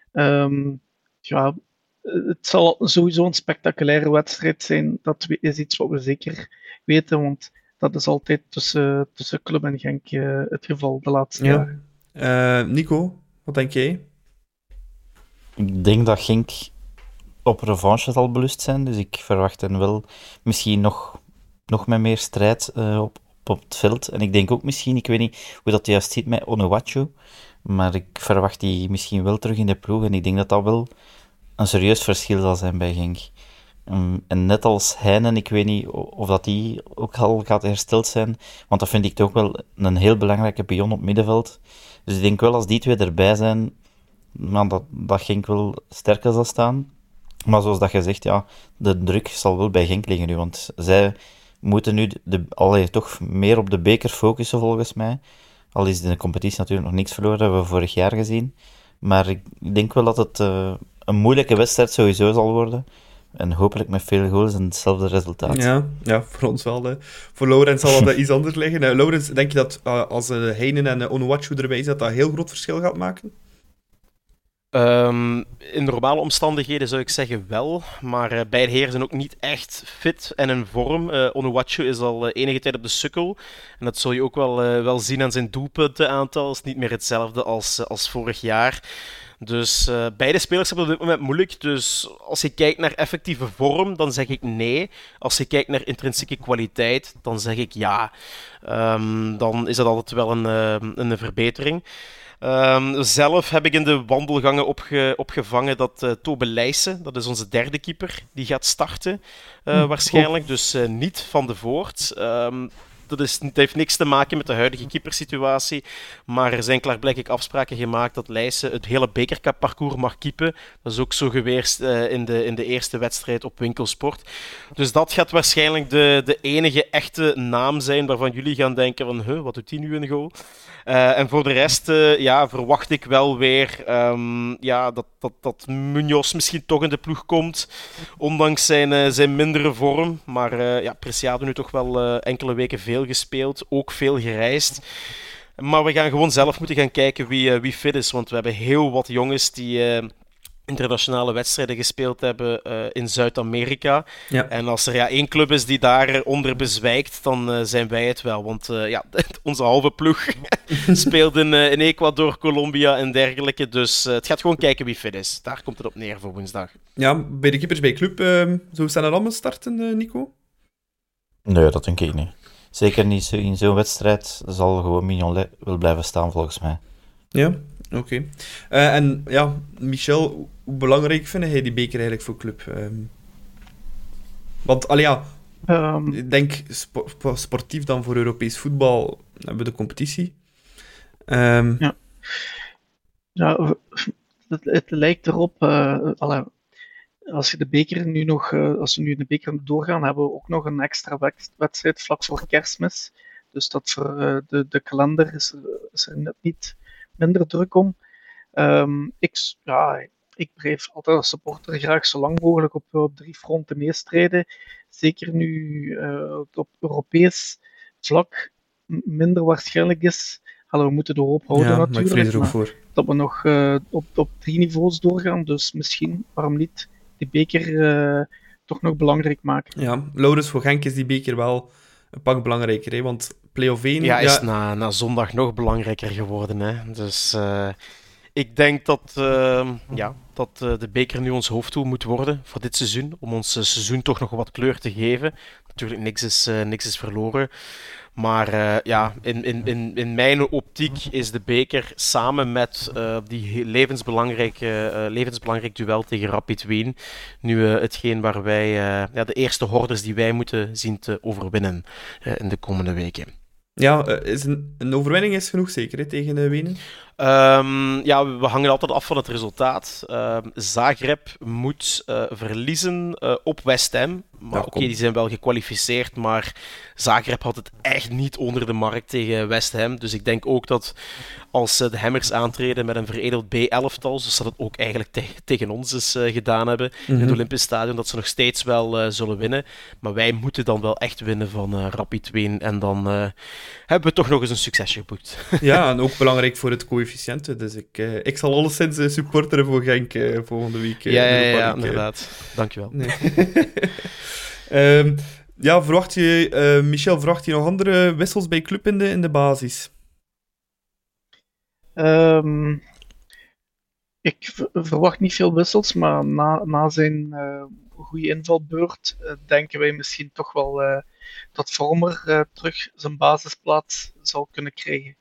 Het zal sowieso een spectaculaire wedstrijd zijn. Dat is iets wat we zeker weten, want dat is altijd tussen Club en Genk het geval de laatste jaren. Nico, wat denk jij? Ik denk dat Genk op revanche zal belust zijn, dus ik verwacht hen wel misschien nog met meer strijd op het veld. En ik denk ook misschien, ik weet niet hoe dat juist zit met Onuachu, maar ik verwacht die misschien wel terug in de ploeg en ik denk dat dat wel een serieus verschil zal zijn bij Genk. En net als Heinen, ik weet niet of dat die ook al gaat hersteld zijn, want dat vind ik toch wel een heel belangrijke pion op middenveld. Dus ik denk wel als die twee erbij zijn, dat Genk wel sterker zal staan. Maar zoals dat je zegt, de druk zal wel bij Genk liggen nu, want zij moeten nu toch meer op de beker focussen volgens mij. Al is in de competitie natuurlijk nog niks verloren, dat hebben we vorig jaar gezien. Maar ik denk wel dat het een moeilijke wedstrijd sowieso zal worden. En hopelijk met veel goals en hetzelfde resultaat. Ja, voor ons wel. Voor Laurens zal dat iets anders liggen. Laurens, denk je dat als Heinen en Onuachu erbij zijn, dat heel groot verschil gaat maken? In normale omstandigheden zou ik zeggen wel, maar beide heren zijn ook niet echt fit en in vorm. Onuachu is al enige tijd op de sukkel en dat zul je ook wel zien aan zijn doelpuntenaantal. Is niet meer hetzelfde als vorig jaar. Dus beide spelers hebben het op dit moment moeilijk. Dus als je kijkt naar effectieve vorm, dan zeg ik nee. Als je kijkt naar intrinsieke kwaliteit, dan zeg ik ja. Dan is dat altijd wel een verbetering. Zelf heb ik in de wandelgangen opgevangen dat Tobe Leijsen, dat is onze derde keeper, die gaat starten waarschijnlijk. Dus niet Van de Voort. Dat heeft niks te maken met de huidige keepersituatie, maar er zijn klaarblijkelijk afspraken gemaakt dat Leijsen het hele bekercupparcours mag keepen. Dat is ook zo geweest in de eerste wedstrijd op Winkelsport. Dus dat gaat waarschijnlijk de enige echte naam zijn waarvan jullie gaan denken van, wat doet die nu in goal? En voor de rest verwacht ik wel weer dat Munoz misschien toch in de ploeg komt, ondanks zijn mindere vorm. Maar Preciado nu toch wel enkele weken veel gespeeld, ook veel gereisd. Maar we gaan gewoon zelf moeten gaan kijken wie fit is, want we hebben heel wat jongens die internationale wedstrijden gespeeld hebben in Zuid-Amerika. Ja. En als er één club is die daaronder bezwijkt, dan zijn wij het wel. Want onze halve ploeg speelt in Ecuador, Colombia en dergelijke. Dus het gaat gewoon kijken wie fit is. Daar komt het op neer voor woensdag. Ja, bij de keepers bij club, zo staan er allemaal starten, Nico? Nee, dat denk ik niet. Zeker niet in zo'n wedstrijd. Zal gewoon Mignolet wel blijven staan, volgens mij. Ja, oké. En ja, Michel, hoe belangrijk vind jij die beker eigenlijk voor club? Want, ik denk sportief dan voor Europees voetbal hebben we de competitie. Het lijkt erop... als je de beker nu nog, als we nu de beker doorgaan, hebben we ook nog een extra wedstrijd vlak voor Kerstmis. Dus dat voor de kalender is er net niet minder druk om. Ik blijf altijd als supporter graag zo lang mogelijk op 3 fronten meestrijden. Zeker nu op Europees vlak minder waarschijnlijk is. We moeten de hoop houden natuurlijk. Maar ik vrees er ook voor. Dat we nog op 3 niveaus doorgaan. Dus misschien, waarom niet, die beker toch nog belangrijk maken. Ja, Laurens, voor Genk is die beker wel een pak belangrijker, hè? Want play-off 1... is na zondag nog belangrijker geworden. Hè? Dus ik denk dat de beker nu ons hoofddoel moet worden voor dit seizoen, om ons seizoen toch nog wat kleur te geven. Natuurlijk, niks is verloren. Maar in mijn optiek is de beker samen met die levensbelangrijk duel tegen Rapid Wien nu hetgeen waar wij de eerste hordes die wij moeten zien te overwinnen in de komende weken. Ja, een overwinning is genoeg zeker hè, tegen Wenen? We hangen altijd af van het resultaat. Zagreb moet verliezen op West Ham. Maar die zijn wel gekwalificeerd, maar Zagreb had het echt niet onder de markt tegen West Ham. Dus ik denk ook dat als de Hammers aantreden met een veredeld B11-tal, zoals dat het ook eigenlijk tegen ons is gedaan hebben in het Olympisch Stadion, dat ze nog steeds wel zullen winnen. Maar wij moeten dan wel echt winnen van Rapid Wien. En dan hebben we toch nog eens een succesje geboekt. Ja, en ook belangrijk voor het coëfficiënt. Dus ik zal alleszins supporteren voor Genk volgende week. Ja, inderdaad. Dankjewel. Nee. Michel, verwacht je nog andere wissels bij club in de basis? Ik verwacht niet veel wissels, maar na zijn goede invalbeurt denken wij misschien toch wel dat Vormer terug zijn basisplaats zal kunnen krijgen.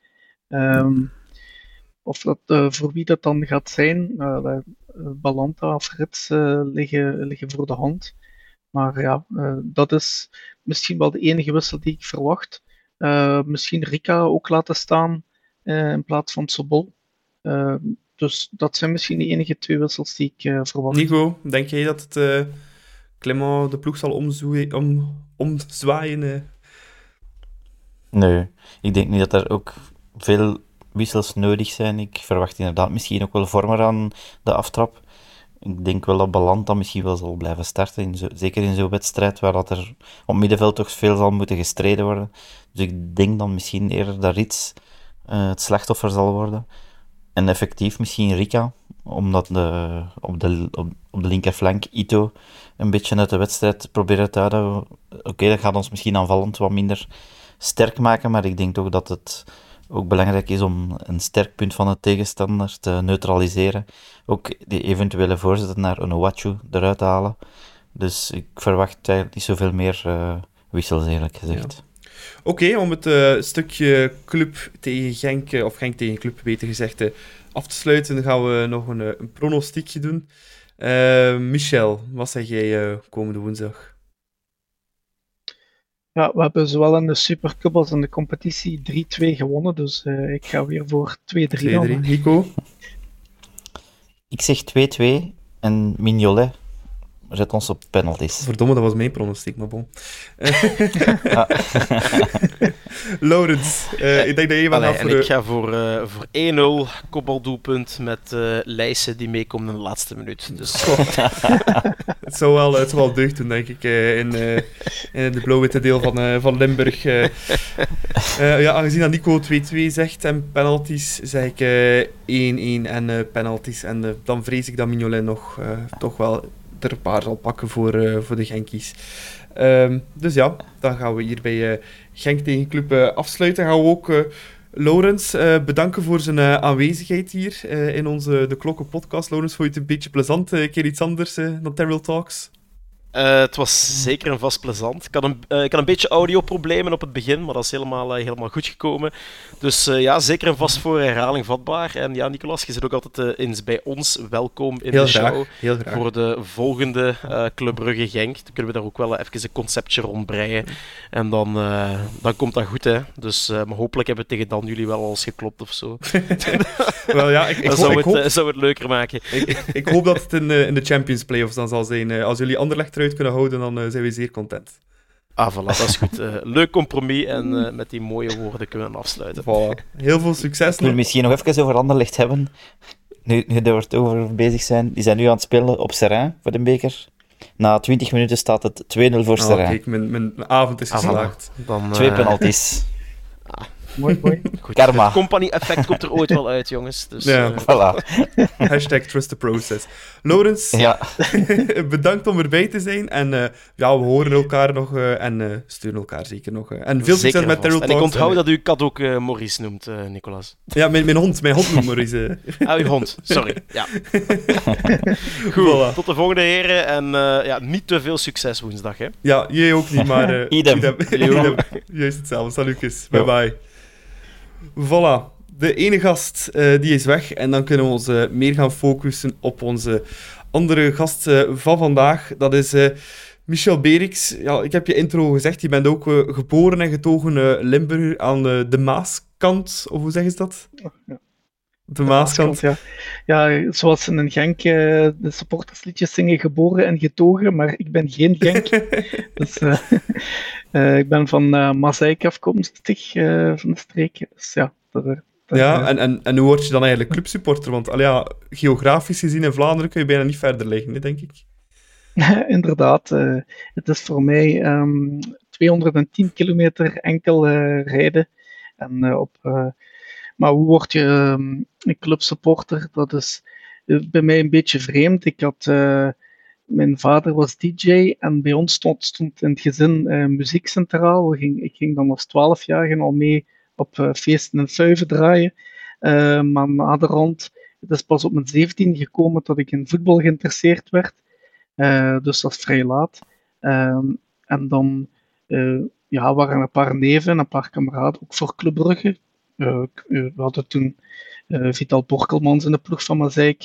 Of dat, voor wie dat dan gaat zijn, Balanta of Rits liggen voor de hand. Maar dat is misschien wel de enige wissel die ik verwacht. Misschien Rika ook laten staan in plaats van Sobol. Dus dat zijn misschien de enige 2 wissels die ik verwacht. Nico, denk jij dat het Clément de ploeg zal omzwaaien? Nee, ik denk niet dat er ook veel wissels nodig zijn. Ik verwacht inderdaad misschien ook wel Vormer aan de aftrap. Ik denk wel dat Balanta misschien wel zal blijven starten, zeker in zo'n wedstrijd waar dat er op middenveld toch veel zal moeten gestreden worden. Dus ik denk dan misschien eerder dat Rits het slachtoffer zal worden. En effectief misschien Rika omdat op de linkerflank Ito een beetje uit de wedstrijd proberen te houden. Oké, dat gaat ons misschien aanvallend wat minder sterk maken, maar ik denk toch dat het ook belangrijk is om een sterk punt van de tegenstander te neutraliseren. Ook die eventuele voorzetten naar Onuachu eruit te halen. Dus ik verwacht eigenlijk niet zoveel meer wissels, eerlijk gezegd. Ja. Oké, om het stukje club tegen Genk, of Genk tegen club, beter gezegd, af te sluiten, gaan we nog een pronostiekje doen. Michel, wat zeg jij komende woensdag? Ja, we hebben zowel in de Supercup als in de competitie 3-2 gewonnen, dus ik ga weer voor 2-3 dan. 2-3. Nico? Ik zeg 2-2 en Mignolet zet ons op penalties. Verdomme, dat was mijn pronostiek, maar bon. Laurens, ik denk dat je wat gaat voor... Ik ga voor 1-0 kopbaldoelpunt met Leijsen die meekomt in de laatste minuut. Dus. Het zou wel deugd doen, denk ik, in de blauw-witte deel van Limburg. Aangezien dat Nico 2-2 zegt en penalties, zeg ik 1-1 en penalties. En dan vrees ik dat Mignolet nog toch wel er een paar zal pakken voor de Genkies. Dus ja, dan gaan we hier bij Genk tegen Club afsluiten. Gaan we ook Laurens bedanken voor zijn aanwezigheid hier in onze De Klokken podcast. Laurens, vond je het een beetje plezant? Een keer iets anders dan Terrell Talks? Het was zeker en vast plezant. Ik had een beetje audioproblemen op het begin, maar dat is helemaal goed gekomen. Dus zeker en vast voor herhaling vatbaar. En ja, Nicolas, je zit ook altijd eens bij ons welkom in de show. Heel graag. Voor de volgende Club Brugge Genk. Dan kunnen we daar ook wel even een conceptje rondbreien. En dan komt dat goed, hè. Dus maar hopelijk hebben we tegen dan jullie wel al eens geklopt of zo. Wel ja, dat zou het leuker maken. Ik hoop dat het in de Champions Playoffs dan zal zijn. Als jullie Anderlecht eruit kunnen houden, dan zijn we zeer content. Voilà, dat is goed. Leuk compromis en met die mooie woorden kunnen we afsluiten. Voilà. Heel veel succes. Ik wil misschien nog even over Anderlecht hebben. Nu we er over bezig zijn. Die zijn nu aan het spelen op Serrain voor de beker. Na 20 minuten staat het 2-0 voor Serrain. Kijk, mijn avond is geslaagd. Dan, 2 penalties. Mooi. Goed. Karma. Het company-effect komt er ooit wel uit, jongens. Dus, Ja. Voilà. #trust the process. Laurens, Ja. bedankt om erbij te zijn. En we horen elkaar nog en steunen elkaar zeker nog. En veel succes met Terrell Talks. En ik onthoud dat uw kat ook Maurice noemt, Nicolas. Ja, mijn hond noemt Maurice. Uw hond, sorry. Ja. Goed, Voilà. tot de volgende heren. En niet te veel succes woensdag, hè. Ja, jij ook niet, maar... Idem. Idem. Juist hetzelfde. Salutjes. Bye bye. Voilà. De ene gast die is weg en dan kunnen we ons meer gaan focussen op onze andere gast van vandaag. Dat is Michel Beriks. Ja, ik heb je intro gezegd, je bent ook geboren en getogen Limburger aan de Maaskant, of hoe zeggen ze dat? Ja. De Maaskant. Ja, zoals ze in Genk de supportersliedjes zingen, geboren en getogen, maar ik ben geen Genk. Dus ik ben van Maaseik afkomstig, van de streek. Dus ja, en hoe word je dan eigenlijk clubsupporter? Want geografisch gezien in Vlaanderen kun je bijna niet verder liggen, hè, denk ik. Inderdaad. Het is voor mij 210 kilometer enkel rijden. En maar hoe word je een clubsupporter? Dat is bij mij een beetje vreemd. Mijn vader was DJ en bij ons stond in het gezin muziekcentraal. Ik ging dan als 12-jarige al mee op feesten en fuiven draaien. Maar na de rond, het is pas op mijn 17 gekomen dat ik in voetbal geïnteresseerd werd. Dus dat is vrij laat. En dan waren er een paar neven en een paar kameraden, ook voor Club Brugge. We hadden toen Vital Borkelmans in de ploeg van Maaseik.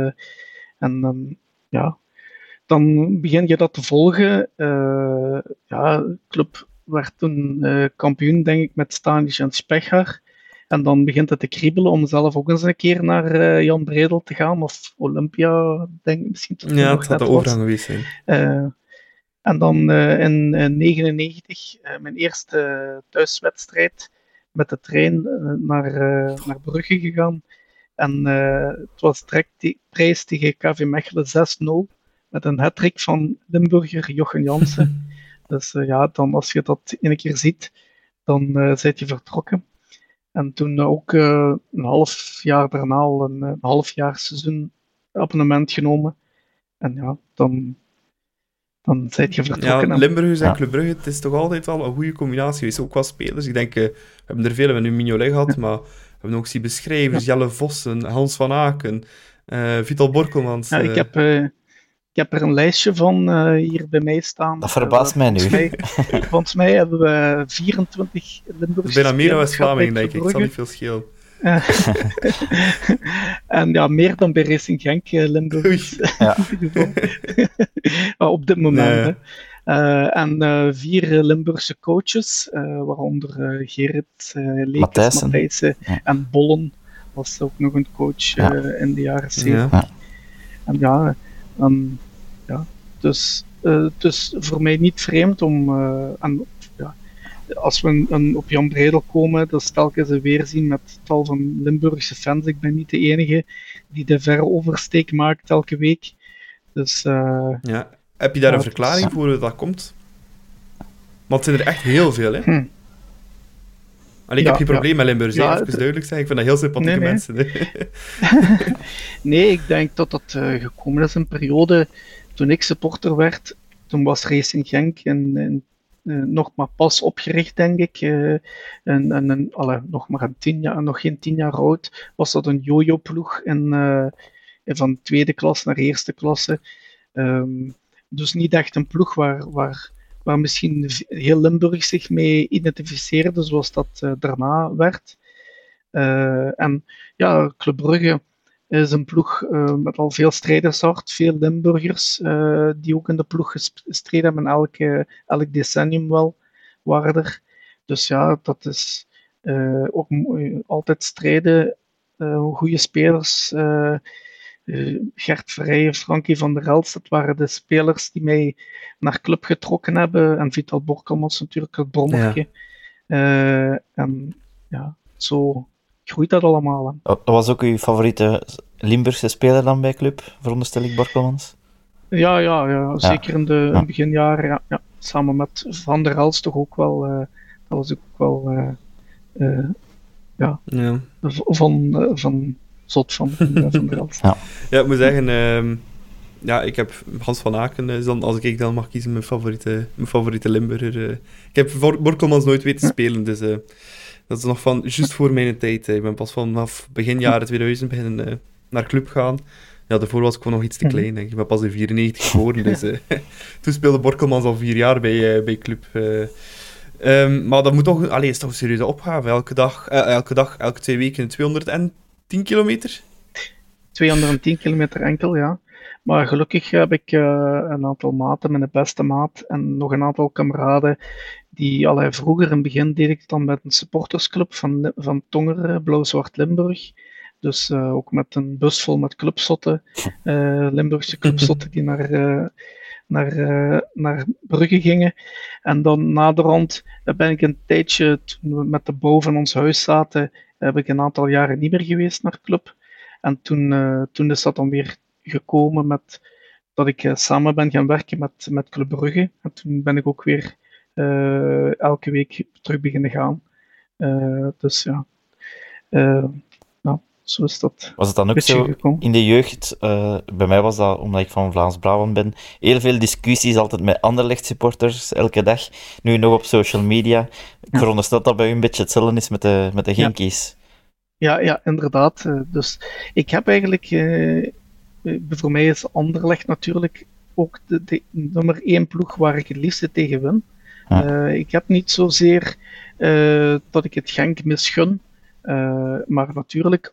Dan begin je dat te volgen. De club werd toen kampioen, denk ik, met Stanisch en Spechar. En dan begint het te kriebelen om zelf ook eens een keer naar Jan Bredel te gaan. Of Olympia, denk ik misschien. Ja, het had de overgang geweest zijn. En dan in 1999 mijn eerste thuiswedstrijd met de trein naar Brugge gegaan. En het was direct prijs tegen KV Mechelen 6-0. Met een hattrick van Limburger Jochen Jansen. Dus dan als je dat een keer ziet, dan zit je vertrokken. En toen ook een half jaar daarna al een halfjaarseizoen abonnement genomen. En ja, dan zijt je vertrokken. Ja, Limburgers en Club Brugge, het is toch altijd wel een goede combinatie geweest, ook qua spelers. Ik denk, we hebben er veel, we hebben nu Mignolet gehad, maar we hebben ook Siebe Schrijvers, Jelle Vossen, Hans van Aken, Vital Borkelmans. Ja, ik heb er een lijstje van hier bij mij staan. Dat verbaast mij nu. Volgens mij hebben we 24 Limburgse Dat is bijna meer dan West-Vlamingen, denk ik. Het zal Brugge. niet veel schelen. En ja, meer dan bij Racing Genk, Limburg. Ja. In ieder geval. Op dit moment. Hè. En 4 Limburgse coaches, waaronder Gerrit Matthijssen en Bollen was ook nog een coach in de jaren 70. Ja. En dus het is voor mij niet vreemd om... als we op Jan Breidel komen, dat is telkens een weerzien met tal van Limburgse fans. Ik ben niet de enige die de verre oversteek maakt elke week. Dus, heb je daar een verklaring voor hoe dat komt? Want het zijn er echt heel veel, hè? Ik heb geen probleem met Limburgers, even duidelijk zijn. Ik vind dat heel sympathieke mensen. Nee, ik denk dat dat gekomen is in een periode toen ik supporter werd. Toen was Racing Genk nog maar pas opgericht, denk ik. Nog geen 10 jaar oud. Was dat een jojo-ploeg van tweede klas naar eerste klasse. Dus niet echt een ploeg waar misschien heel Limburg zich mee identificeerde, zoals dat daarna werd. En ja, Club Brugge is een ploeg met al veel strijdershart, veel Limburgers die ook in de ploeg gestreden hebben, elk decennium wel waren er. Dus ja, dat is ook altijd strijden, goede spelers. Gert Verrijen, Frankie van der Elst, dat waren de spelers die mij naar club getrokken hebben. En Vital Borkelmans natuurlijk, het brommertje. En ja, zo groeit dat allemaal. Hè. Dat was ook uw favoriete Limburgse speler dan bij club, veronderstel ik, Borkelmans? Ja, zeker in de beginjaren. Ja. Samen met Van der Elst toch ook wel. Dat was ook wel van zot van der Elst. Ja, ik moet zeggen, ik heb Hans van Aken, is dan, als ik dan mag kiezen, mijn favoriete Limburger. Ik heb Borkelmans nooit weten spelen, dus dat is nog van juist voor mijn tijd. Ik ben pas vanaf begin jaren 2000 beginnen naar club gaan. Ja, daarvoor was ik gewoon nog iets te klein. Denk ik. Ik ben pas in 1994 geboren, dus toen speelde Borkelmans al 4 jaar bij club. Maar dat moet toch, is toch een serieuze opgave. Elke 2 weken 210 kilometer? 210 kilometer enkel, ja. Maar gelukkig heb ik een aantal maten, mijn beste maat en nog een aantal kameraden die vroeger in het begin deed ik dan met een supportersclub van Tongeren, Blauw-Zwart Limburg. Dus ook met een bus vol met clubzotten, Limburgse clubzotten die naar Brugge gingen. En dan naderhand ben ik een tijdje, toen we met de bouw van ons huis zaten, heb ik een aantal jaren niet meer geweest naar club. En toen is dat dan weer gekomen met dat ik samen ben gaan werken met Club Brugge. En toen ben ik ook weer elke week terug beginnen gaan. Dus ja, zo is dat. Was het dan ook zo gekomen in de jeugd? Bij mij was dat, omdat ik van Vlaams-Brabant ben, heel veel discussies altijd met Anderlecht-supporters, elke dag. Nu nog op social media. Ik veronderstel dat bij u een beetje hetzelfde is met de Genkies. Ja, inderdaad. Dus ik heb eigenlijk... voor mij is Anderlecht natuurlijk ook de nummer 1 ploeg waar ik het liefste tegen win. Ik heb niet zozeer dat ik het Genk misgun. Maar natuurlijk,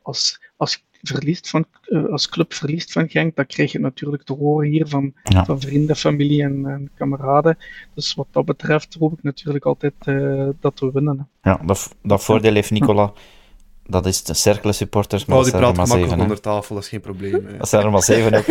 als club verliest van Genk, dan krijg je natuurlijk te horen hier van vrienden, familie en kameraden. Dus wat dat betreft hoop ik natuurlijk altijd dat we winnen. Ja, dat voordeel heeft Nicola. Dat is de Cercle supporters, maar die praat gemakkelijk onder tafel, dat is geen probleem. Dat zijn er maar 7 ook.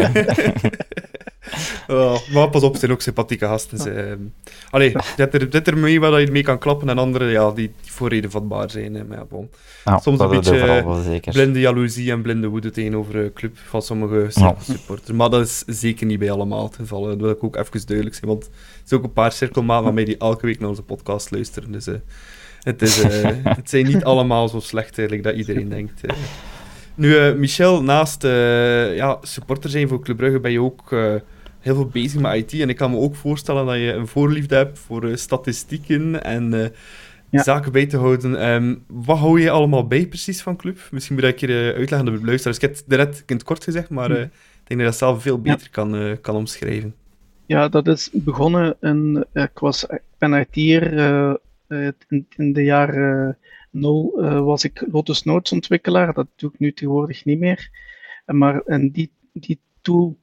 Maar pas op, het zijn ook sympathieke gasten. Dit er mee waar je mee kan klappen en anderen die voor reden vatbaar zijn. Maar soms een beetje blinde jaloezie en blinde woede tegenover club van sommige supporters. Maar dat is zeker niet bij allemaal het geval. Dat wil ik ook even duidelijk zijn, want er zijn ook een paar cirkelmaten van mij die elke week naar onze podcast luisteren. Dus het zijn niet allemaal zo slecht eigenlijk dat iedereen denkt. Nu, Michel, naast supporter zijn voor Club Brugge ben je ook heel veel bezig met IT. En ik kan me ook voorstellen dat je een voorliefde hebt voor statistieken en zaken bij te houden. Wat hou je allemaal bij precies van Club? Misschien moet ik hier uitleggen aan de luisteraars. Ik heb het net in het kort gezegd, maar ik denk dat je dat zelf veel beter kan omschrijven. Ja, dat is begonnen ik ben IT'er in de jaren 0 was ik Lotus Notes ontwikkelaar. Dat doe ik nu tegenwoordig niet meer. Maar in die tool...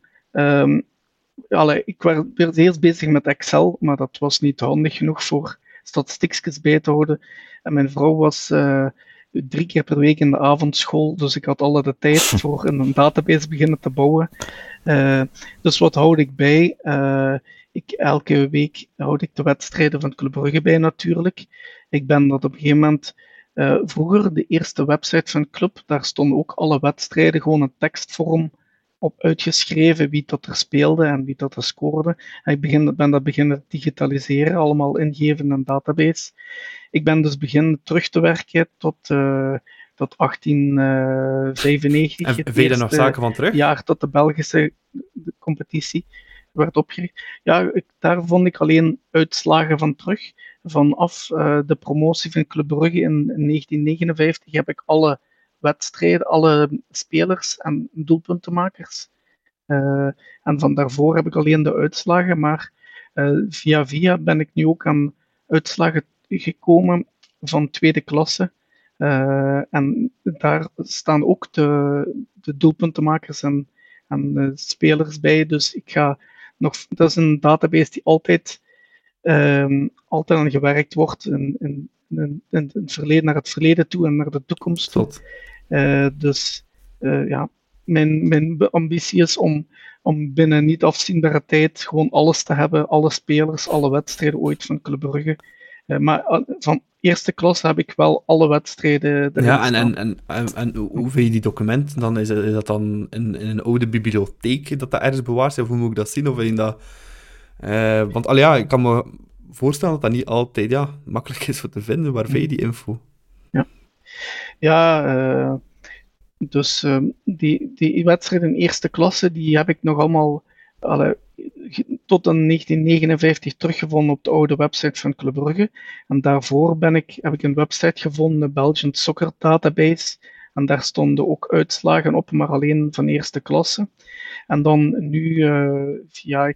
ik werd eerst bezig met Excel, maar dat was niet handig genoeg voor statistiekjes bij te houden. En mijn vrouw was 3 keer per week in de avondschool, dus ik had alle de tijd voor een database beginnen te bouwen. Dus wat houd ik bij? Elke week houd ik de wedstrijden van Club Brugge bij natuurlijk. Ik ben dat op een gegeven moment... vroeger, de eerste website van Club, daar stonden ook alle wedstrijden gewoon een tekstvorm op uitgeschreven, wie dat er speelde en wie dat er scoorde. En ik ben dat beginnen digitaliseren, allemaal ingeven in een database. Ik ben dus beginnen terug te werken tot 1895. En vind je daar nog zaken van terug? Jaar tot de Belgische competitie werd opgericht. Ja, daar vond ik alleen uitslagen van terug. Vanaf de promotie van Club Brugge in 1959 heb ik alle wedstrijden, alle spelers en doelpuntenmakers. En van daarvoor heb ik alleen de uitslagen, maar via ben ik nu ook aan uitslagen gekomen van tweede klasse. En daar staan ook de doelpuntenmakers en spelers bij. Dus dat is een database die altijd aan gewerkt wordt in het verleden, naar het verleden toe en naar de toekomst toe. Mijn ambitie is om binnen niet afzienbare tijd gewoon alles te hebben, alle spelers, alle wedstrijden ooit van Club Brugge. Maar van eerste klas heb ik wel alle wedstrijden erin staan. En hoe vind je die documenten? Dan is dat dan in een oude bibliotheek dat ergens bewaard is? Of hoe moet ik dat zien? Of vind je dat... want ik kan me voorstellen dat dat niet altijd makkelijk is voor te vinden. Waar vind je die info? Dus die wedstrijden in eerste klasse, die heb ik nog allemaal tot in 1959 teruggevonden op de oude website van Club Brugge. En daarvoor heb ik een website gevonden, de Belgian Soccer Database. En daar stonden ook uitslagen op, maar alleen van eerste klasse. En dan nu via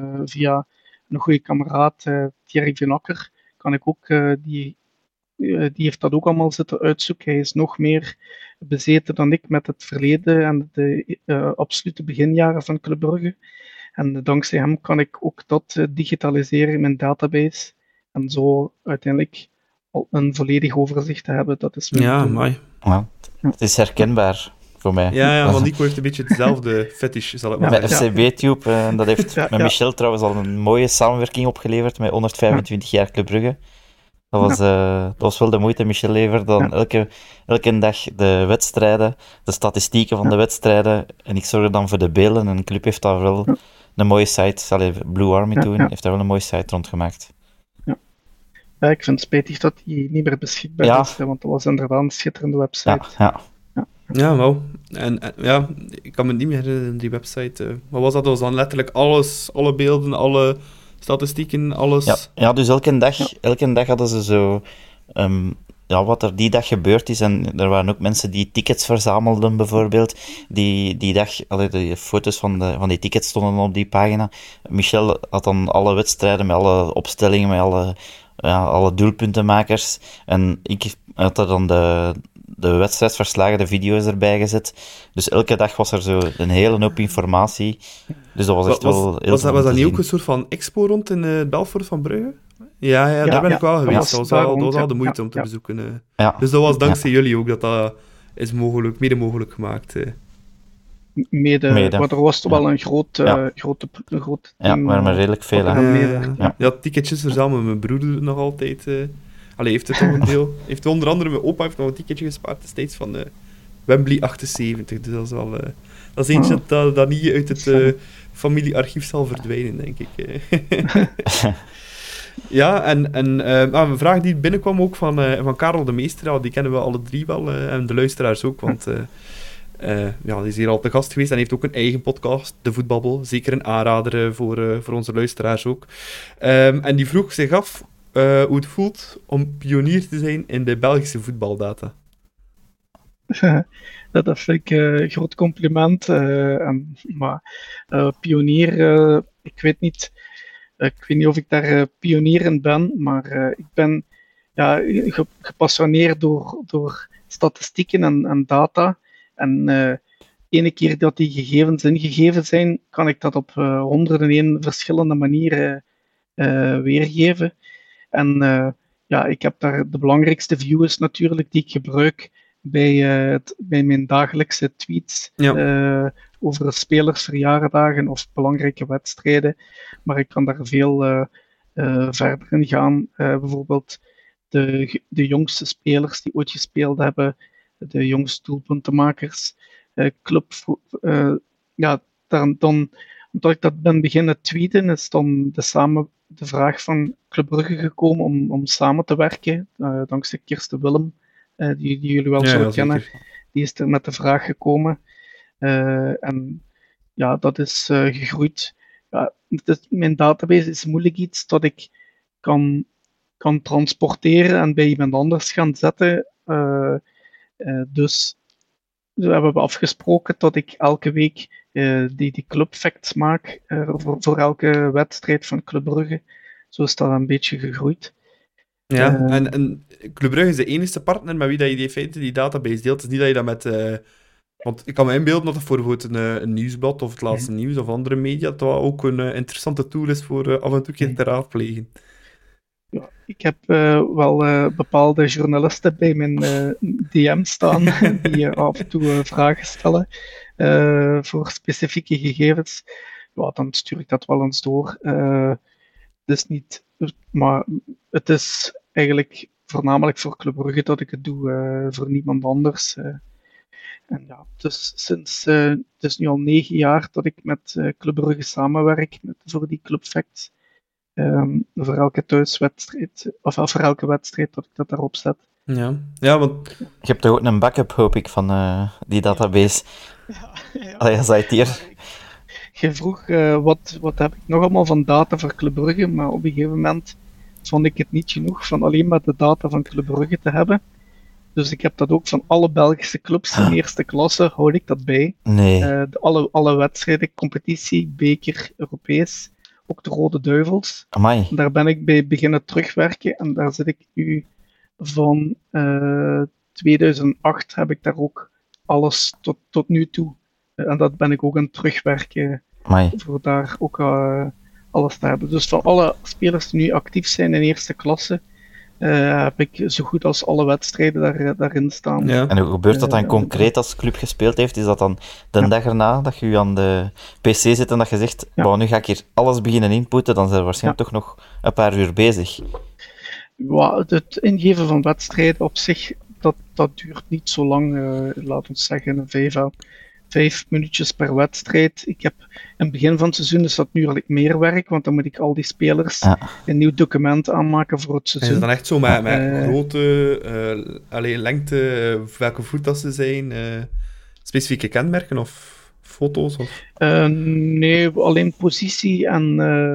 een goede kameraad, Thierry Van Akker, kan ik ook, die heeft dat ook allemaal zitten uitzoeken. Hij is nog meer bezeten dan ik met het verleden en de absolute beginjaren van Club Brugge. En dankzij hem kan ik ook dat digitaliseren in mijn database. En zo uiteindelijk al een volledig overzicht te hebben. Dat is mooi. Ja, het is herkenbaar voor mij. Ja, want Nico heeft een beetje hetzelfde fetish, zal ik maar zeggen. Met FCB-tube, dat heeft met Michel trouwens al een mooie samenwerking opgeleverd met 125 jaar Club Brugge. Dat was wel de moeite. Michel leverde dan elke dag de wedstrijden, de statistieken van de wedstrijden. En ik zorgde dan voor de beelden. En de club heeft daar wel een mooie site, Blue Army heeft daar wel een mooie site rond gemaakt. Ja, ik vind het spijtig dat die niet meer beschikbaar is, want dat was inderdaad een schitterende website. Ja, wel. En ik kan me niet meer herinneren, die website. Wat was dat? Dat was dan letterlijk alles, alle beelden, alle statistieken, alles. Ja, dus elke dag hadden ze zo wat er die dag gebeurd is. En er waren ook mensen die tickets verzamelden, bijvoorbeeld. Die dag, de foto's van die tickets stonden op die pagina. Michel had dan alle wedstrijden met alle opstellingen, met alle doelpuntenmakers. En ik had er dan de wedstrijdsverslagen, de video's erbij gezet. Dus elke dag was er zo een hele hoop informatie. Dus dat was echt wel heel was dat niet ook een soort van expo rond in Belfort van Brugge? Ja, daar ben ik wel geweest. Dat was al de moeite om te bezoeken. Dus dat was dankzij jullie ook dat is mede mogelijk gemaakt. Mede. Maar er was toch wel een groot team. Maar redelijk veel. Ticketjes verzamelen. Mijn broer doet het nog altijd. Heeft het toch een deel. Heeft onder andere mijn opa heeft nog een ticketje gespaard destijds van Wembley 78. Dus dat is wel. Dat is eentje dat niet uit het familiearchief zal verdwijnen, denk ik. Een vraag die binnenkwam ook van Karel de Meester, die kennen we alle drie wel, en de luisteraars ook, want Die is hier al te gast geweest en heeft ook een eigen podcast, De Voetbabbel. Zeker een aanrader voor onze luisteraars ook. En die vroeg zich af hoe het voelt om pionier te zijn in de Belgische voetbaldata. Dat vind ik een groot compliment. Maar pionier, ik weet niet of ik daar pionier in ben, maar ik ben gepassioneerd door statistieken en data. En ene keer dat die gegevens ingegeven zijn, kan ik dat op 101 verschillende manieren weergeven. En ik heb daar de belangrijkste views natuurlijk die ik gebruik bij mijn dagelijkse tweets over spelersverjaardagen of belangrijke wedstrijden. Maar ik kan daar veel verder in gaan. Bijvoorbeeld de jongste spelers die ooit gespeeld hebben, de jongste doelpuntenmakers, omdat ik dat ben beginnen tweeten, is dan de vraag van Club Brugge gekomen om samen te werken, dankzij Kirsten Willem, die jullie wel zullen kennen. Die is er met de vraag gekomen. Dat is gegroeid. Mijn database is moeilijk iets dat ik kan transporteren en bij iemand anders gaan zetten. Dus we hebben afgesproken dat ik elke week die clubfacts maak voor elke wedstrijd van Club Brugge. Zo is dat een beetje gegroeid. Ja, en Club Brugge is de enige partner met wie dat je in feite die database deelt. Het is niet dat je dat met... want ik kan me inbeelden dat het voor bijvoorbeeld een nieuwsblad of het laatste nieuws of andere media, dat ook een interessante tool is voor af en toe te raadplegen. Ja, ik heb wel bepaalde journalisten bij mijn DM staan die af en toe vragen stellen voor specifieke gegevens. Ja, dan stuur ik dat wel eens door. Maar het is eigenlijk voornamelijk voor Club Brugge dat ik het doe, voor niemand anders. Dus het is nu al 9 jaar dat ik met Club Brugge samenwerk voor die clubfacts. Voor elke thuiswedstrijd, of voor elke wedstrijd dat ik dat daarop zet. Ja, want... Je hebt toch ook een backup, hoop ik, van die database. Ja, zei het hier. Je vroeg, wat heb ik nog allemaal van data voor Club Brugge, maar op een gegeven moment vond ik het niet genoeg van alleen maar de data van Club Brugge te hebben. Dus ik heb dat ook van alle Belgische clubs in eerste klasse, houd ik dat bij. Nee. Alle wedstrijden, competitie, beker, Europees, ook de Rode Duivels. Amai. Daar ben ik bij beginnen terugwerken en daar zit ik nu van 2008 heb ik daar ook alles tot nu toe. En dat ben ik ook aan het terugwerken. Amai. Voor daar ook alles te hebben. Dus van alle spelers die nu actief zijn in eerste klasse, heb ik zo goed als alle wedstrijden daarin staan. Ja. En hoe gebeurt dat dan concreet als de club gespeeld heeft? Is dat dan de dag erna dat je aan de PC zit en dat je zegt, nu ga ik hier alles beginnen inputten, dan zijn we waarschijnlijk toch nog een paar uur bezig. Het ingeven van wedstrijden op zich, dat duurt niet zo lang, laat ons zeggen, 5 minuutjes per wedstrijd. Ik heb in het begin van het seizoen is dat nu al meer werk, want dan moet ik al die spelers een nieuw document aanmaken voor het seizoen. Is het dan echt zo met grootte, lengte, welke voet dat ze zijn, specifieke kenmerken of foto's? Of? Nee, alleen positie en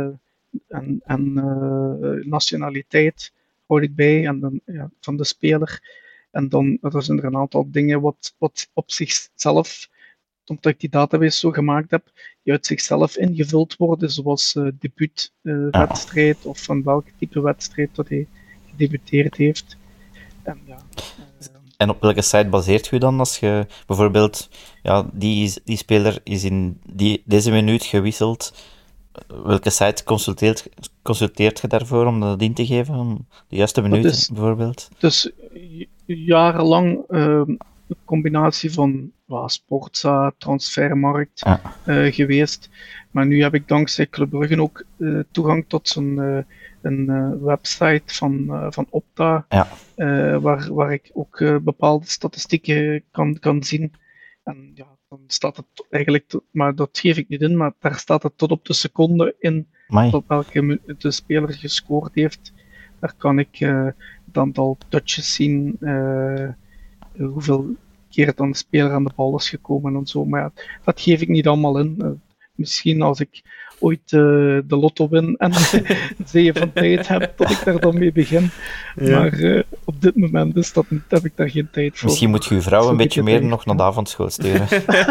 nationaliteit houd ik bij en dan, van de speler. En dan zijn er een aantal dingen wat op zichzelf, omdat ik die database zo gemaakt heb, die uit zichzelf ingevuld worden, zoals debuutwedstrijd of van welk type wedstrijd dat hij gedebuteerd heeft. En op welke site baseert je dan als je bijvoorbeeld, die speler is in deze minuut gewisseld, welke site consulteert je daarvoor om dat in te geven, om de juiste minuten bijvoorbeeld? Dus jarenlang een combinatie van Sportza, Transfermarkt geweest. Maar nu heb ik dankzij Club Brugge ook toegang tot een website van Opta, waar ik ook bepaalde statistieken kan zien. En dan staat het eigenlijk, maar dat geef ik niet in, maar daar staat het tot op de seconde in, tot welke de speler gescoord heeft. Daar kan ik het aantal touches zien, hoeveel keer dat een speler aan de bal is gekomen en zo. Maar ja, dat geef ik niet allemaal in. Misschien als ik ooit de lotto win en een zee van tijd heb, dat ik daar dan mee begin. Ja. Maar op dit moment is dat niet, heb ik daar geen tijd voor. Misschien moet je vrouw een beetje meer nog naar de avondschool sturen.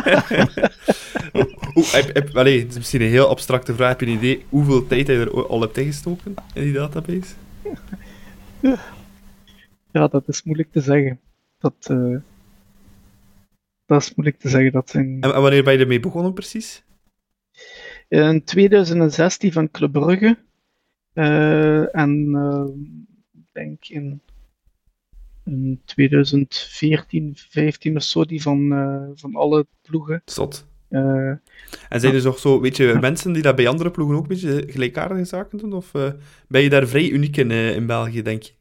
Het is misschien een heel abstracte vraag. Heb je een idee hoeveel tijd hij er al hebt ingestoken in die database? Ja, dat is moeilijk te zeggen. Dat is moeilijk te zeggen. En wanneer ben je ermee begonnen precies? In 2016 van Club Brugge. Ik denk in 2014, 15 of zo, die van alle ploegen. Zot. En zijn er nog zo, weet je, mensen die dat bij andere ploegen ook een beetje gelijkaardige zaken doen? Of ben je daar vrij uniek in België, denk je?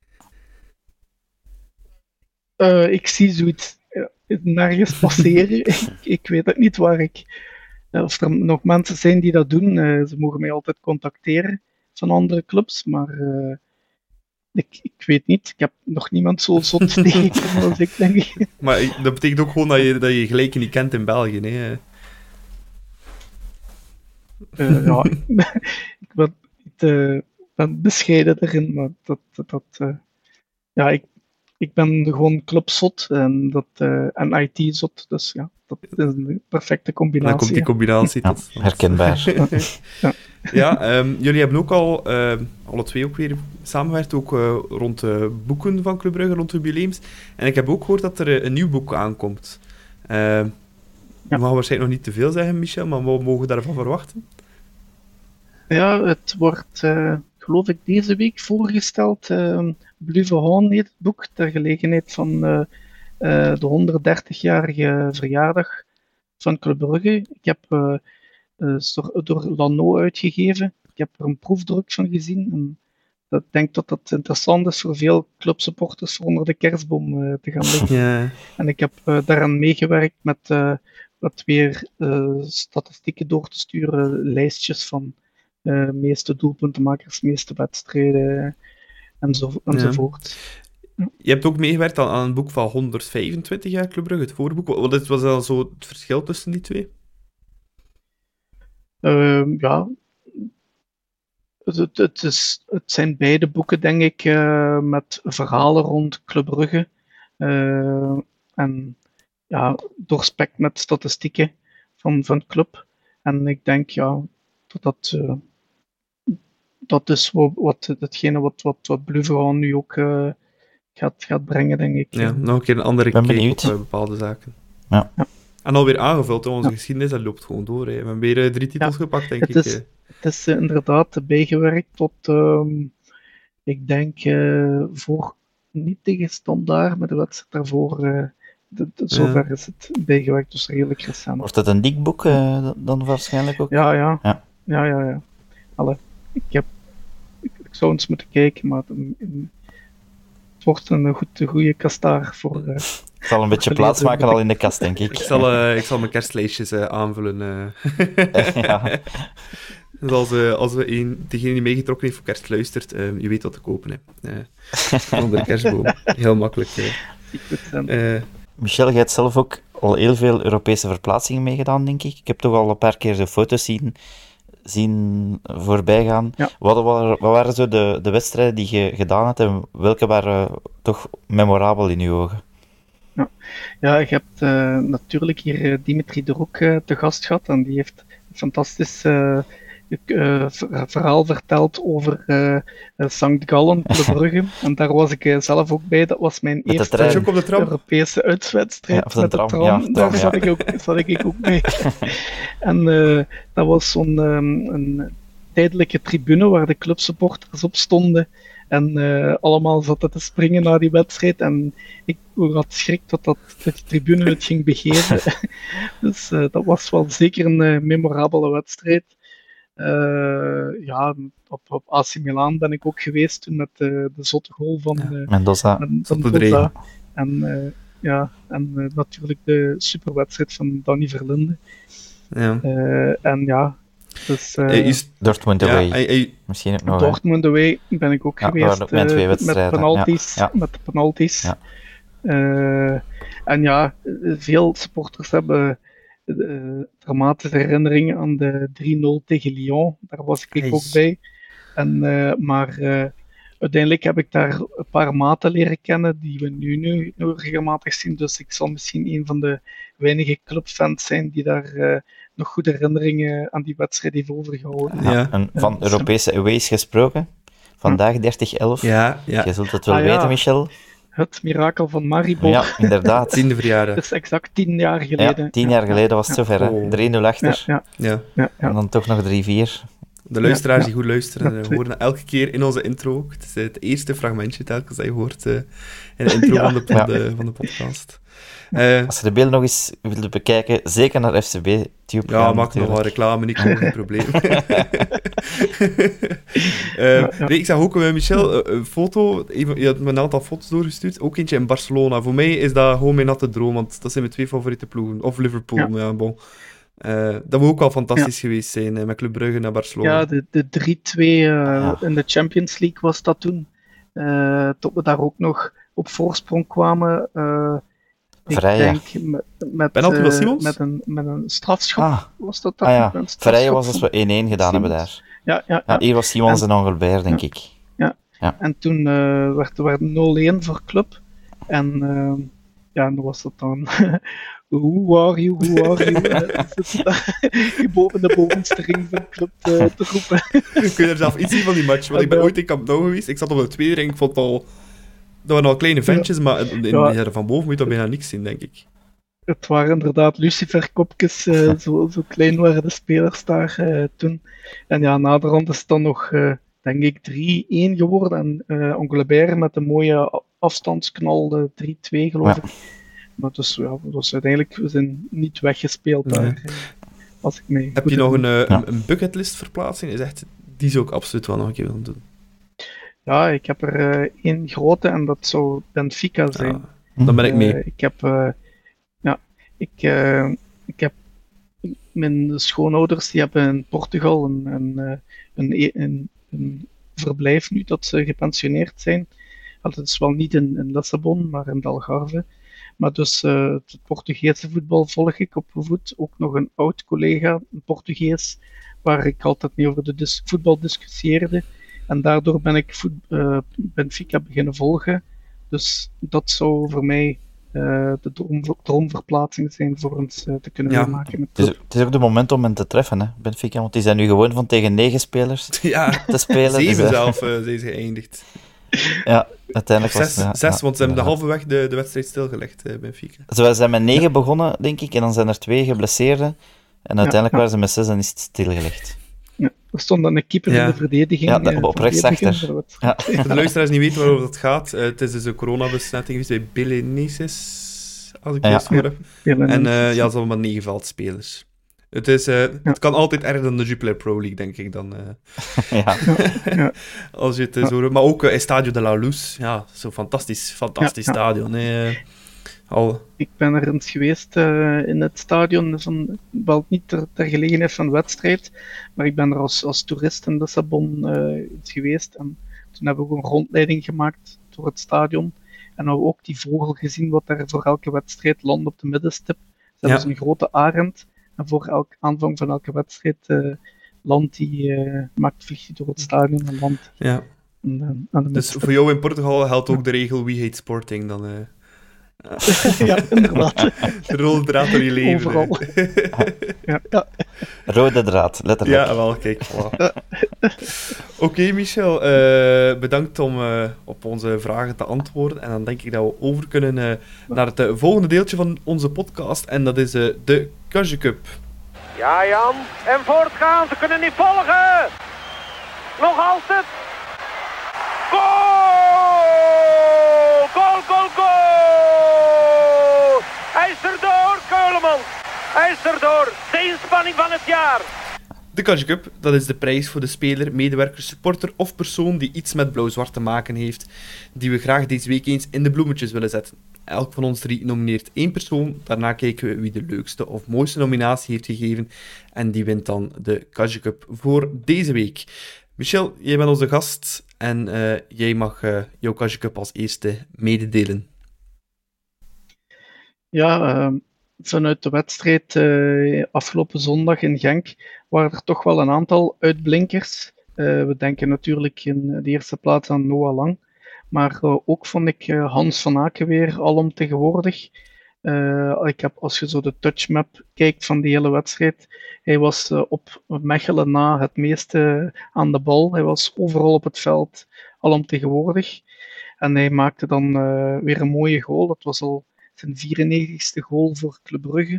Ik zie zoiets nergens passeren. ik weet het niet waar of er nog mensen zijn die dat doen. Ze mogen mij altijd contacteren van andere clubs, maar ik weet niet. Ik heb nog niemand zo zot tegengekomen als ik, denk ik. Maar dat betekent ook gewoon dat je gelijk niet kent in België, hè? Ja, ik ben bescheiden erin, maar ik ben gewoon clubzot en IT-zot, dus ja, dat is een perfecte combinatie. Dan komt die combinatie tot... Herkenbaar. Jullie hebben ook al, alle twee ook weer samengewerkt, ook rond boeken van Club Brugge, rond jubileums. En ik heb ook gehoord dat er een nieuw boek aankomt. Je mag waarschijnlijk nog niet te veel zeggen, Michel, maar wat mogen we daarvan verwachten? Ja, het wordt, geloof ik, deze week voorgesteld. Bluve Haan heet het boek, ter gelegenheid van de 130-jarige verjaardag van Club Brugge. Ik heb door Lano uitgegeven. Ik heb er een proefdruk van gezien. En ik denk dat dat interessant is voor veel clubsupporters voor onder de kerstboom te gaan liggen. Ja. En ik heb daaraan meegewerkt met wat weer statistieken door te sturen, lijstjes van meeste doelpuntenmakers, meeste wedstrijden enzovoort. Ja. Je hebt ook meegewerkt aan een boek van 125 jaar Club Brugge, het voorboek. Wat was dan zo het verschil tussen die twee? Ja, het zijn beide boeken, denk ik, met verhalen rond Club Brugge. En ja, doorspekt met statistieken van club. En ik denk, ja, dat is hetgene wat Bluve Haan nu ook gaat brengen, denk ik. Ja, nog een keer een andere kijk op bepaalde zaken. Ja. En alweer aangevuld, onze geschiedenis, dat loopt gewoon door. Hè. We hebben weer 3 titels gepakt, denk ik. Het is inderdaad bijgewerkt tot, ik denk, voor niet tegen Standaard, maar de wedstrijd daarvoor, zover is het bijgewerkt, dus redelijk recent. Wordt het een dik boek dan waarschijnlijk ook? Ja. Allee, ik zou eens moeten kijken, maar het wordt een goede kastaar voor... Ik zal een beetje plaats maken al in de kast, denk ik. Ik zal mijn kerstlijstjes aanvullen. Ja. Dus als degene die meegetrokken heeft voor kerst luistert, je weet wat te kopen. Onder de kerstboom. Heel makkelijk. Michel, jij hebt zelf ook al heel veel Europese verplaatsingen meegedaan, denk ik. Ik heb toch al een paar keer de foto's zien voorbij gaan. Ja. Wat waren zo de wedstrijden die je gedaan hebt en welke waren toch memorabel in je ogen? Ja, je hebt natuurlijk hier Dimitri de Roek te gast gehad en die heeft een fantastisch verhaal verteld over St. Gallen, Club Brugge. En daar was ik zelf ook bij. Dat was mijn eerste Europese uitwedstrijd. Ja, met de tram. Daar zat ik ook bij. En dat was zo'n een tijdelijke tribune waar de clubsupporters op stonden. En allemaal zaten te springen na die wedstrijd. En ik had schrik dat de tribune het ging begeven. Dus dat was wel zeker een memorabele wedstrijd. Op AC Milan ben ik ook geweest toen met de zotte goal van Mendoza. En natuurlijk de superwedstrijd van Danny Verlinde. Ja. Dus, Dortmund away. Misschien ook nog. Dortmund away ben ik ook geweest. Met 2 wedstrijden. Met penalties. Ja. En ja, veel supporters hebben dramatische herinneringen aan de 3-0 tegen Lyon. Daar was ik ook bij. Maar uiteindelijk heb ik daar een paar maten leren kennen die we nu regelmatig zien. Dus ik zal misschien een van de weinige clubfans zijn die daar nog goede herinneringen aan die wedstrijd heeft overgehouden. Ja. En van Europese aways gesproken, vandaag 30-11. Ja. Je zult het wel weten, Michel. Het mirakel van Maribor. Ja, inderdaad. 10e verjaardag. Dat is exact 10 jaar geleden. Ja, 10 jaar geleden was het zover, hè. 3-0 achter. Ja. En dan toch nog 3-4. De luisteraars die goed luisteren, horen elke keer in onze intro ook. Het is het eerste fragmentje telkens dat je hoort in de intro van de podcast. Als je de beelden nog eens wilt bekijken, zeker naar FCB Tube. Ja, maak nog wel reclame, niet geen probleem. Nee, ik zag ook, Michel, een foto. Je had me een aantal foto's doorgestuurd. Ook eentje in Barcelona. Voor mij is dat gewoon mijn natte droom, want dat zijn mijn 2 favoriete ploegen. Of Liverpool, ja bon. Dat moet ook wel fantastisch geweest zijn, met Club Brugge naar Barcelona. Ja, de 3-2 in de Champions League was dat toen. Tot we daar ook nog op voorsprong kwamen. Vrije. Ik denk met een strafschop was dat. Vrije was als we 1-1 gedaan hebben daar. Ja. Hier was Simons en Engelbert, denk ik. Ja. En toen werd 0-1 voor Club. En dan was dat dan... Who are you? Boven de bovenste ring van Club te roepen. Kun je er zelf iets zien van die match? Want ik ben ooit in Camp Nou geweest. Ik zat op de tweede ring. Ik vond het al... Dat waren al kleine ventjes, maar van boven moet je bijna niks zien, denk ik. Het waren inderdaad luciferkopjes. Zo klein waren de spelers daar toen. En ja, naderhand is het dan nog, denk ik, 3-1 geworden. En Engelbert met een mooie afstandsknal, de 3-2 geloof ik. Maar dus, dus uiteindelijk, we zijn niet weggespeeld daar. Als ik mee heb je nog een bucketlist verplaatsing? Die zou ik absoluut wel nog een keer willen doen. Ja, ik heb er 1 grote en dat zou Benfica zijn. Dan ben ik mee. Ik heb mijn schoonouders, die hebben in Portugal een verblijf nu dat ze gepensioneerd zijn. Het is wel niet in Lissabon, maar in Algarve. Maar dus het Portugese voetbal volg ik op voet. Ook nog een oud collega, een Portugees, waar ik altijd mee over de voetbal discussieerde. En daardoor ben ik Benfica beginnen volgen. Dus dat zou voor mij de droomverplaatsing zijn voor ons te kunnen maken. Het is ook de moment om hen te treffen, hè, Benfica. Want die zijn nu gewoon van tegen 9 spelers te spelen. 7 zelf zijn ze geëindigd. Ja, uiteindelijk was het... 6, want ze hebben halverwege de wedstrijd stilgelegd, Benfica. Ze zijn met 9 begonnen, denk ik, en dan zijn er 2 geblesseerden. En uiteindelijk waren ze met 6 en is het stilgelegd. Ja, er stond dan een keeper in de verdediging. Ja, op rechtsachter. Voor de luisteraars niet weten waarover dat gaat, het is dus een coronabesmetting geweest bij Belenenses, als ik het goed heb. En ze hebben maar 9 veldspelers. Het kan altijd erger dan de Jupiler Pro League, denk ik dan. Als je het zo... Maar ook Estadio de la Luz, ja, zo'n fantastisch stadion. Ik ben er eens geweest in het stadion, wel niet ter gelegenheid van de wedstrijd, maar ik ben er als toerist in Lissabon geweest. En toen hebben we ook een rondleiding gemaakt door het stadion. En hebben we ook die vogel gezien, wat daar voor elke wedstrijd landt op de middenstip. Ze hebben een grote arend. En voor elke aanvang van elke wedstrijd vliegt hij door het stadion en landt. Ja. Dus voor jou in Portugal geldt ook de regel We Hate Sporting dan... Ja, inderdaad. De rode draad door je leven. Overal. Ja. Rode draad, letterlijk. Ja, wel, kijk. Voilà. Oké, Michel. Bedankt om op onze vragen te antwoorden. En dan denk ik dat we over kunnen naar het volgende deeltje van onze podcast. En dat is de Kanje Cup. Ja, Jan. En voortgaan. Ze kunnen niet volgen. Nog altijd. Goal! Goal! Hij is erdoor, Keulemans. Hij is erdoor. De inspanning van het jaar. De Kanje Cup, dat is de prijs voor de speler, medewerker, supporter of persoon die iets met blauw-zwart te maken heeft, die we graag deze week eens in de bloemetjes willen zetten. Elk van ons 3 nomineert 1 persoon, daarna kijken we wie de leukste of mooiste nominatie heeft gegeven en die wint dan de Kanje Cup voor deze week. Michel, jij bent onze gast en jij mag jouw Kanje Cup als eerste mededelen. Vanuit de wedstrijd afgelopen zondag in Genk waren er toch wel een aantal uitblinkers. We denken natuurlijk in de eerste plaats aan Noah Lang, maar ook vond ik Hans van Aken weer alomtegenwoordig. Als je zo de touchmap kijkt van die hele wedstrijd, hij was op Mechelen na het meeste aan de bal. Hij was overal op het veld alomtegenwoordig. En hij maakte dan weer een mooie goal. Dat was al zijn 94ste goal voor Club Brugge.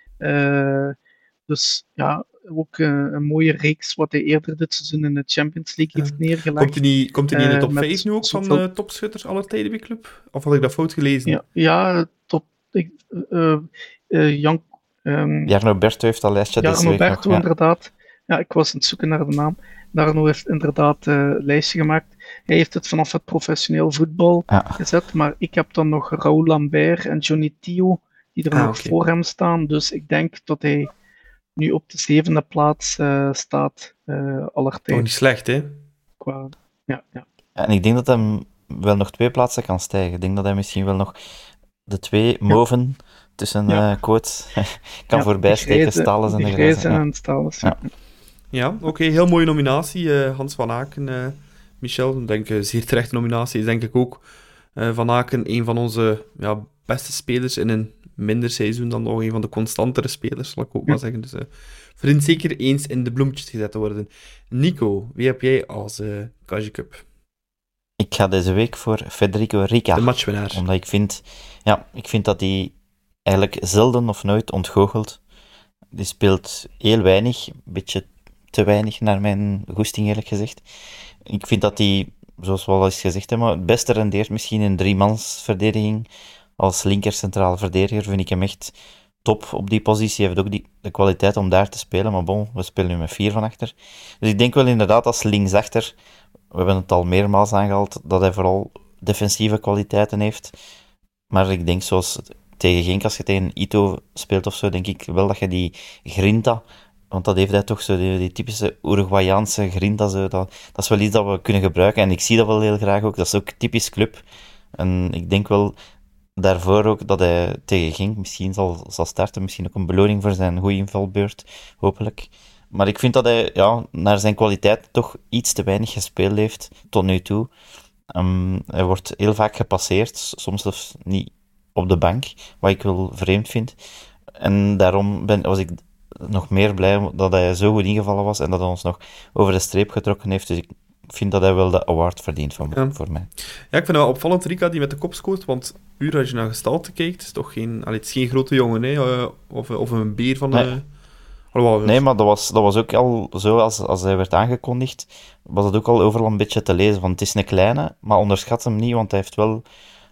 Dus ja, ook een mooie reeks wat hij eerder dit seizoen in de Champions League heeft neergelegd. Komt hij niet in de top met 5 nu ook van zoveel- topschutters aller tijden bij club? Of had ik dat fout gelezen? Ja, top. Jarno Berto heeft dat lijstje deze Jarno week nog. Berto, Ja. inderdaad. Ja, ik was aan het zoeken naar de naam. Jarno heeft inderdaad een lijstje gemaakt. Hij heeft het vanaf het professioneel voetbal Ja. gezet, maar ik heb dan nog Raoul Lambert en Johnny Theo die er nog Oké. voor hem staan. Dus ik denk dat hij nu op de 7e plaats staat aller Toch tijden. niet slecht, hè? Ja. En ik denk dat hij wel nog 2 plaatsen kan stijgen. Ik denk dat hij misschien wel nog de 2 moven tussen quotes kan voorbij steken, Stalens en de Grijzen. Ja. en Stalens. Ja. Ja, oké. Heel mooie nominatie. Hans van Aken, Michel. Ik denk zeer terechte nominatie. Is denk ik ook Van Aken een van onze beste spelers in een minder seizoen dan nog een van de constantere spelers, zal ik ook maar zeggen. Dus verdient zeker eens in de bloemetjes gezet te worden. Nico, wie heb jij als Kaji Cup? Ik ga deze week voor Federico Rica. De matchwinnaar. Omdat ik vind dat hij eigenlijk zelden of nooit ontgoochelt. Die speelt heel weinig, een beetje te weinig naar mijn goesting eerlijk gezegd. Ik vind dat hij, zoals we al eens gezegd hebben, het beste rendeert misschien in 3-mansverdediging. Als linker centrale verdediger vind ik hem echt top op die positie. Hij heeft ook de kwaliteit om daar te spelen, maar bon, we spelen nu met 4 van achter. Dus ik denk wel inderdaad als linksachter, we hebben het al meermaals aangehaald, dat hij vooral defensieve kwaliteiten heeft. Maar ik denk zoals tegen Genk, als je tegen Ito speelt of zo, denk ik wel dat je die grinta, want dat heeft hij toch zo, die typische Uruguayaanse grinta, zo, dat is wel iets dat we kunnen gebruiken. En ik zie dat wel heel graag ook, dat is ook typisch club. En ik denk wel daarvoor ook dat hij tegen Genk misschien zal starten, misschien ook een beloning voor zijn goede invalbeurt, hopelijk. Maar ik vind dat hij naar zijn kwaliteit toch iets te weinig gespeeld heeft tot nu toe. Hij wordt heel vaak gepasseerd, soms zelfs niet op de bank, wat ik wel vreemd vind. En daarom was ik nog meer blij dat hij zo goed ingevallen was en dat hij ons nog over de streep getrokken heeft. Dus ik vind dat hij wel de award verdient voor mij. Ja, ik vind het wel opvallend, Rika, die met de kop scoort, want als je naar gestalte kijkt, is toch het is geen grote jongen, hè? Of een beer van... Nee, maar dat was ook al zo, als hij werd aangekondigd, was het ook al overal een beetje te lezen, want het is een kleine, maar onderschat hem niet, want hij heeft wel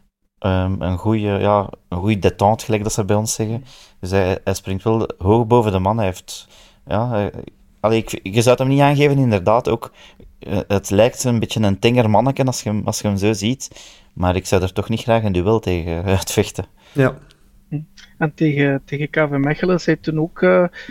een goede détente, gelijk dat ze bij ons zeggen. Dus hij springt wel hoog boven de man. Hij heeft... je zou het hem niet aangeven, inderdaad. Ook, het lijkt een beetje een tenger manneken als je hem zo ziet, maar ik zou er toch niet graag een duel tegen uitvechten. Ja. En tegen KV Mechelen is hij toen ook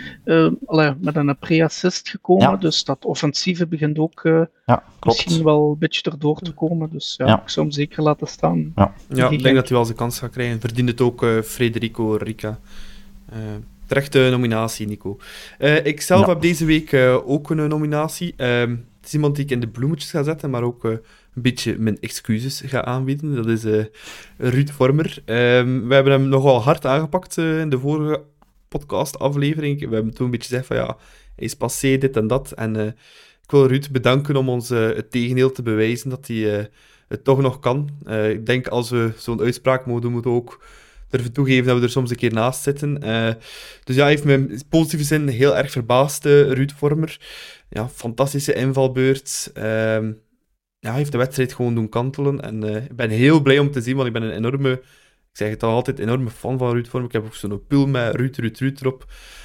met een pre-assist gekomen, dus dat offensieve begint ook misschien wel een beetje erdoor te komen. Dus ik zou hem zeker laten staan. Ja, ik denk dat hij wel zijn kans gaat krijgen. Verdient het ook Federico Rica. Terechte nominatie, Nico. Ik zelf heb deze week ook een nominatie. Het is iemand die ik in de bloemetjes ga zetten, maar ook een beetje mijn excuses ga aanbieden. Dat is Ruud Vormer. We hebben hem nogal hard aangepakt in de vorige podcastaflevering. We hebben toen een beetje gezegd van hij is passé, dit en dat. En ik wil Ruud bedanken om ons het tegendeel te bewijzen dat hij het toch nog kan. Ik denk als we zo'n uitspraak mogen doen, moeten we ook durven toegeven dat we er soms een keer naast zitten. Dus hij heeft me in positieve zin heel erg verbaasd, Ruud Vormer. Ja, fantastische invalbeurt. Hij heeft de wedstrijd gewoon doen kantelen. En ik ben heel blij om te zien, want ik ben een enorme... Ik zeg het al altijd, enorme fan van Ruud Vormer. Ik heb ook zo'n pul met Ruud erop.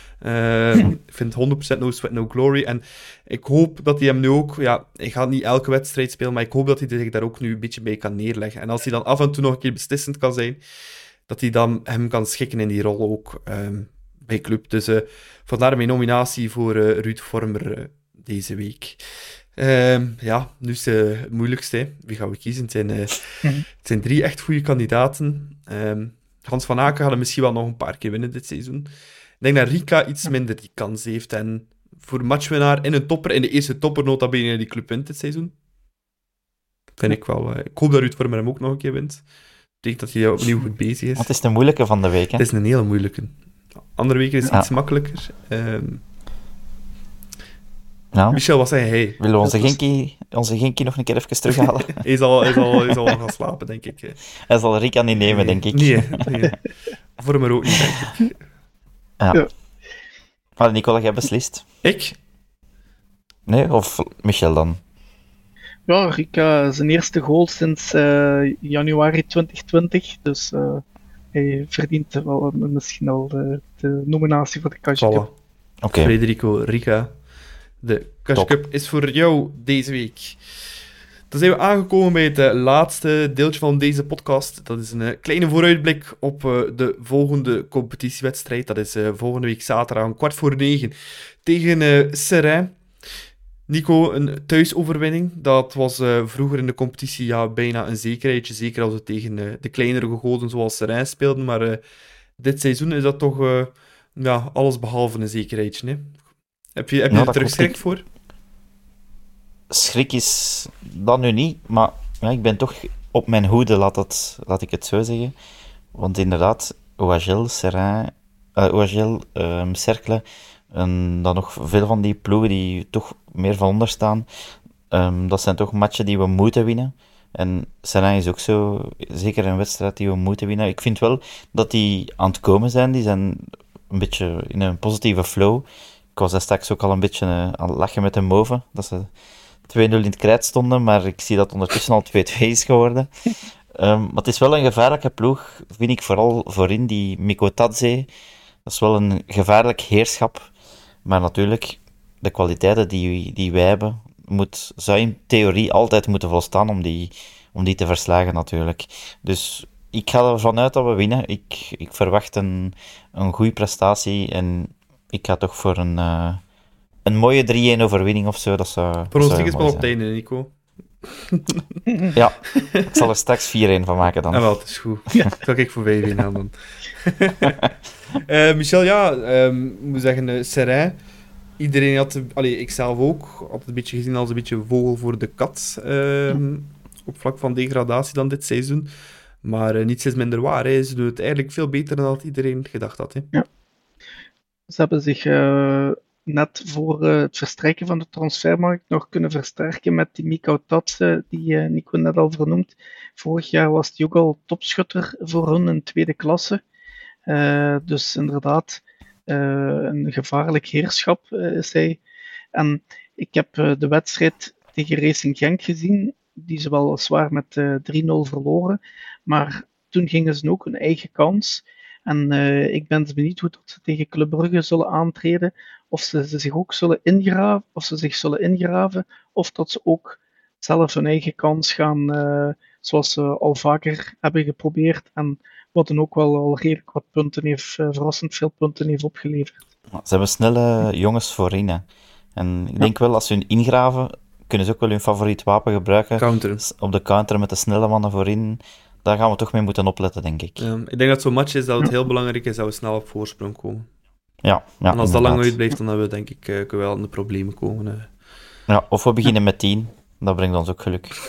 Ik vind 100% no sweat, no glory. En ik hoop dat hij hem nu ook... hij gaat niet elke wedstrijd spelen, maar ik hoop dat hij zich daar ook nu een beetje bij kan neerleggen. En als hij dan af en toe nog een keer beslissend kan zijn, dat hij dan hem kan schikken in die rol ook bij club. Dus vandaar mijn nominatie voor Ruud Vormer deze week. Nu is het moeilijkste. Wie gaan we kiezen? Het zijn 3 echt goede kandidaten. Hans van Aken gaat hem misschien wel nog een paar keer winnen dit seizoen. Ik denk dat Rika iets minder die kans heeft. En voor matchwinnaar in een topper, in de eerste topper nota bene die club wint dit seizoen. Vind ik wel. Ik hoop dat Ruud Vormer hem ook nog een keer wint. Ik denk dat hij opnieuw goed bezig is. Het is de moeilijke van de week, hè? Het is een hele moeilijke. Andere weken is het iets makkelijker. Ja. Michel, wat zei hij? Willen we onze Genki nog een keer even terughalen? Hij zal gaan slapen, denk ik. Hij zal Rika niet nemen, denk ik. Nee. Vormer ook niet, denk ik. Ja. Maar Nicola, jij beslist? Ik? Nee, of Michel dan? Ja, Rika, zijn eerste goal sinds januari 2020. Dus hij verdient wel misschien al de nominatie voor de Cash Cup. Oké. Federico, Rika, de Cash Cup is voor jou deze week. Dan zijn we aangekomen bij het laatste deeltje van deze podcast. Dat is een kleine vooruitblik op de volgende competitiewedstrijd. Dat is volgende week zaterdag om 9:15 tegen Seraing. Nico, een thuisoverwinning. Dat was vroeger in de competitie bijna een zekerheidje. Zeker als we tegen de kleinere goden zoals Seraing speelden. Maar dit seizoen is dat toch alles behalve een zekerheidje. Hè? Heb je er terug schrik voor? Schrik is dat nu niet, maar ja, ik ben toch op mijn hoede, laat ik het zo zeggen. Want inderdaad, OHL, Seraing, Cercle, en dan nog veel van die ploegen die toch meer van onder staan, dat zijn toch matchen die we moeten winnen. En Seraing is ook zo, zeker een wedstrijd die we moeten winnen. Ik vind wel dat die aan het komen zijn, die zijn een beetje in een positieve flow. Ik was daar straks ook al een beetje aan het lachen met de Mauve, dat ze 2-0 in het krijt stonden, maar ik zie dat ondertussen al 2-2 is geworden. Maar het is wel een gevaarlijke ploeg, vind ik, vooral voorin, die Mikotadze. Dat is wel een gevaarlijk heerschap. Maar natuurlijk, de kwaliteiten die wij hebben, zou in theorie altijd moeten volstaan om die te verslagen, natuurlijk. Dus ik ga ervan uit dat we winnen. Ik verwacht een goede prestatie en ik ga toch voor een mooie 3-1 overwinning of zo. Pronostiek is wel op het einde, Nico. Ja, ik zal er straks 4-1 van maken dan. Wel, het is goed. Zal ik voor 5-1 aan dan. Michel, ik moet zeggen, Seraing. Iedereen had, ik zelf ook, had een beetje gezien als een beetje vogel voor de kat. Op vlak van degradatie dan dit seizoen. Maar niets is minder waar. Hè. Ze doen het eigenlijk veel beter dan iedereen gedacht had. Hè. Ja. Ze hebben zich net voor het verstrijken van de transfermarkt nog kunnen versterken met die Mikko Tatse, die Nico net al vernoemd. Vorig jaar was hij ook al topschutter voor hun in tweede klasse. Dus inderdaad, een gevaarlijk heerschap is hij. En ik heb de wedstrijd tegen Racing Genk gezien, die ze weliswaar met 3-0 verloren. Maar toen gingen ze ook hun eigen kans. En ik ben benieuwd hoe ze tegen Club Brugge zullen aantreden. Of ze zich ook zullen ingraven, of dat ze ook zelf hun eigen kans gaan, zoals ze al vaker hebben geprobeerd. En wat dan ook wel al redelijk wat punten heeft, verrassend veel punten heeft opgeleverd. Ze hebben snelle jongens voorin. Hè. En ik denk wel, als ze hun ingraven, kunnen ze ook wel hun favoriet wapen gebruiken. Counteren. Op de counter met de snelle mannen voorin. Daar gaan we toch mee moeten opletten, denk ik. Ik denk dat zo'n match is dat het heel belangrijk is dat we snel op voorsprong komen. Ja, en als dat lang uitblijft, dan hebben we denk ik wel aan de problemen komen. Ja, of we beginnen met 10. Dat brengt ons ook geluk.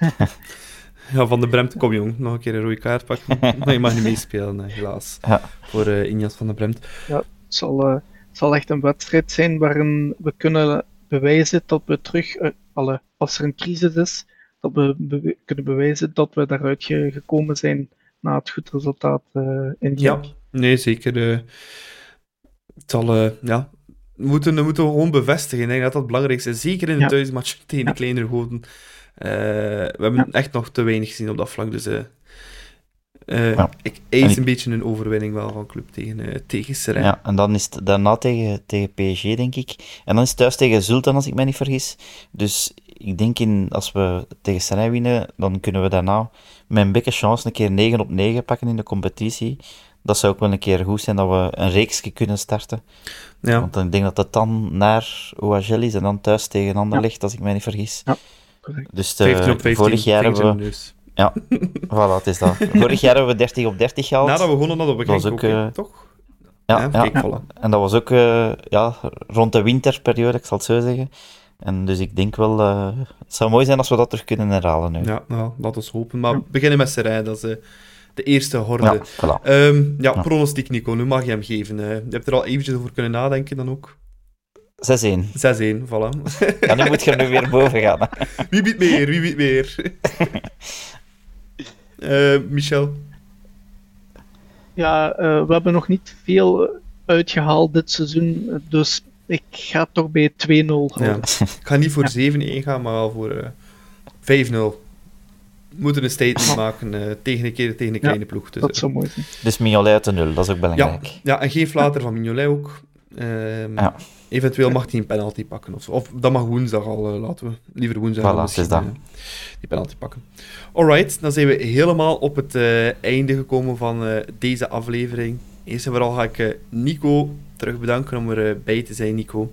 Ja, Van de Bremt, kom jong, nog een keer een rode kaart pakken. Maar je mag niet meespelen, helaas. Ja. Voor Injas Van de Bremt. Ja, het zal echt een wedstrijd zijn waarin we kunnen bewijzen dat we terug, als er een crisis is, dat we kunnen bewijzen dat we daaruit gekomen zijn na het goed resultaat in Genk. Ja, nee, zeker. Het zal, we moeten gewoon bevestigen. Ik denk dat dat het belangrijkste is. Zeker in de thuismatch tegen de kleinere goden. We hebben echt nog te weinig gezien op dat vlak. Dus ik eis een beetje een overwinning wel van club tegen Seraing. Ja, en dan is het daarna tegen PSG, denk ik. En dan is het thuis tegen Zultan, als ik mij niet vergis. Dus ik denk, als we tegen Seraing winnen, dan kunnen we daarna met een beetje chance een keer 9 op 9 pakken in de competitie. Dat zou ook wel een keer goed zijn, dat we een reeksje kunnen starten. Ja. Want ik denk dat het dan naar OHL is en dan thuis tegen Anderlecht, als ik mij niet vergis. Ja, correct. Dus 15 op 15, vorig jaar hebben we... Ja, voilà, het is dat. Vorig jaar hebben we 30 op 30 gehaald. Nadat we begonnen hadden we Dat was Genk ook, ook, hè, toch? Ja, Kijk, voilà. en dat was ook rond de winterperiode, ik zal het zo zeggen. En dus ik denk wel, het zou mooi zijn als we dat terug kunnen herhalen nu. Ja, nou, laten we hopen. Maar we beginnen met Serijn, dat is de eerste horde. Ja, voilà. Pronostiek, Nico, nu mag je hem geven. Je hebt er al eventjes over kunnen nadenken dan ook. 6-1. 6-1, voilà. Ja, nu moet je er nu weer boven gaan. Hè. Wie biedt meer? Michel? Ja, we hebben nog niet veel uitgehaald dit seizoen, dus ik ga toch bij 2-0 houden. Ja. Ik ga niet voor 7-1 gaan, maar wel voor 5-0. We moeten een statement maken tegen een kleine ploeg. Dus, dat zou mooi zijn. Dus Mignolet uit de 0, dat is ook belangrijk. Ja, en geen flater van Mignolet ook. Eventueel mag hij een penalty pakken. Of dat mag woensdag al. Laten we liever woensdag voilà, misschien, is dat. Die penalty pakken. Alright, dan zijn we helemaal op het einde gekomen van deze aflevering. Eerst en vooral ga ik Nico terug bedanken om erbij te zijn, Nico.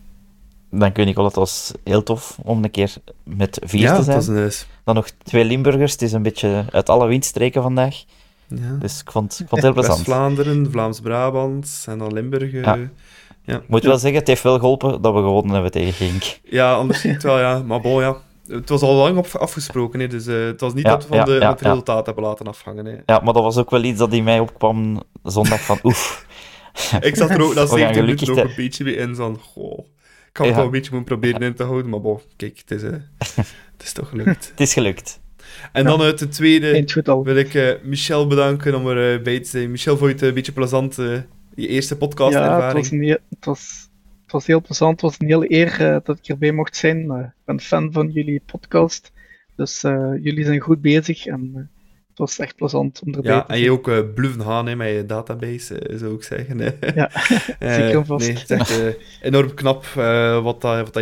Dank u, Nicola. Het was heel tof om een keer met 4 te zijn. Het was Dan nog 2 Limburgers. Het is een beetje uit alle windstreken vandaag. Ja. Dus ik vond het heel plezant. West-Vlaanderen, Vlaams-Brabant en dan Limburg. Ja. Ik moet wel zeggen, het heeft wel geholpen dat we gewonnen hebben tegen Genk. Ja, anders ziet het wel, ja. Maar bon, ja. Het was al lang afgesproken, hè, dus het was niet dat we van het resultaat hebben laten afhangen. Hè. Ja, maar dat was ook wel iets dat in mij opkwam zondag van oef. Ik zat er ook na 17 minuten nog te... een beetje bij in, van goh, ik kan het wel een beetje moeten proberen in te houden, maar bon, kijk, het is toch gelukt. Het is gelukt. En dan uit de tweede wil ik Michel bedanken om erbij te zijn. Michel, vond je het een beetje plezant, je eerste podcast-ervaring? Ja, het was heel plezant. Het was een hele eer dat ik erbij mocht zijn. Ik ben fan van jullie podcast. Dus jullie zijn goed bezig en het was echt plezant om erbij te zijn. Ja, en je ook bluffen gaan hè, met je database, zou ik zeggen. Ja, zeker en vast. Nee, het is echt enorm knap wat je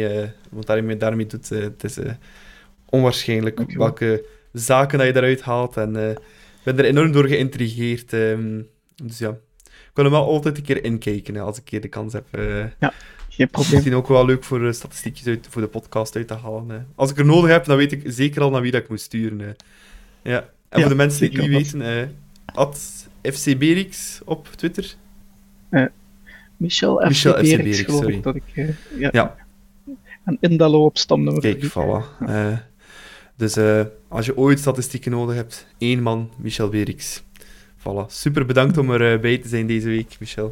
daarmee doet. Het is onwaarschijnlijk welke zaken dat je daaruit haalt. En ik ben er enorm door geïntrigeerd. Dus ja, ik kan er wel altijd een keer inkijken als ik een keer de kans heb. Ja, geen probleem. Misschien ook wel leuk voor statistiekjes voor de podcast uit te halen. Als ik er nodig heb, dan weet ik zeker al naar wie dat ik moet sturen. Ja. En voor de mensen die het niet weten, @FCBerix op Twitter. Michel FC Berix, geloof ik dat ik... ja. En Indalo op stamnummer. Kijk, voilà. Dus als je ooit statistieken nodig hebt, 1 man, Michel Berix. Voilà. Super bedankt om erbij te zijn deze week, Michel.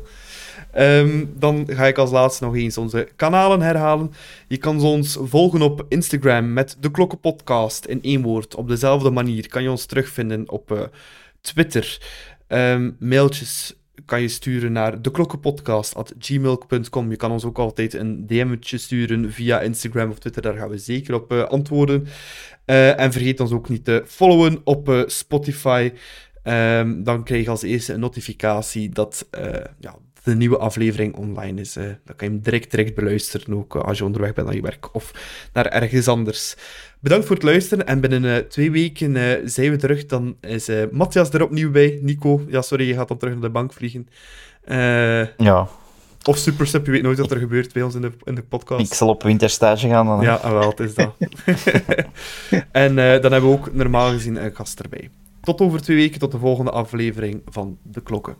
Dan ga ik als laatste nog eens onze kanalen herhalen. Je kan ons volgen op Instagram met De Klokkenpodcast in 1 woord. Op dezelfde manier kan je ons terugvinden op Twitter. Mailtjes kan je sturen naar deklokkenpodcast@gmail.com. Je kan ons ook altijd een DM'tje sturen via Instagram of Twitter. Daar gaan we zeker op antwoorden. En vergeet ons ook niet te followen op Spotify. Dan krijg je als eerste een notificatie dat de nieuwe aflevering online is. Dan kan je hem direct beluisteren, ook als je onderweg bent naar je werk of naar ergens anders. Bedankt voor het luisteren en binnen 2 weken zijn we terug. Dan is Matthias er opnieuw bij. Nico, ja sorry, je gaat dan terug naar de bank vliegen. Ja. Of Supersub, je weet nooit wat er gebeurt bij ons in de podcast. Ik zal op winterstage gaan dan. Ja, wel, het is dat. En dan hebben we ook normaal gezien een gast erbij. Tot over 2 weken, tot de volgende aflevering van De Klokken.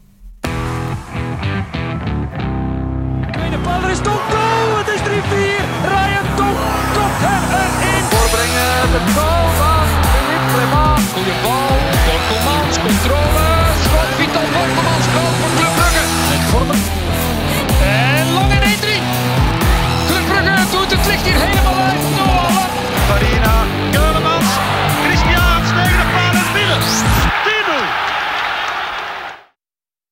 De bal is toch goal, het is 3-4. Ryan Top kopt hem erin. Voorbrengen, de goal van Philippe Clement. Goeie bal, Borkelmans, controle.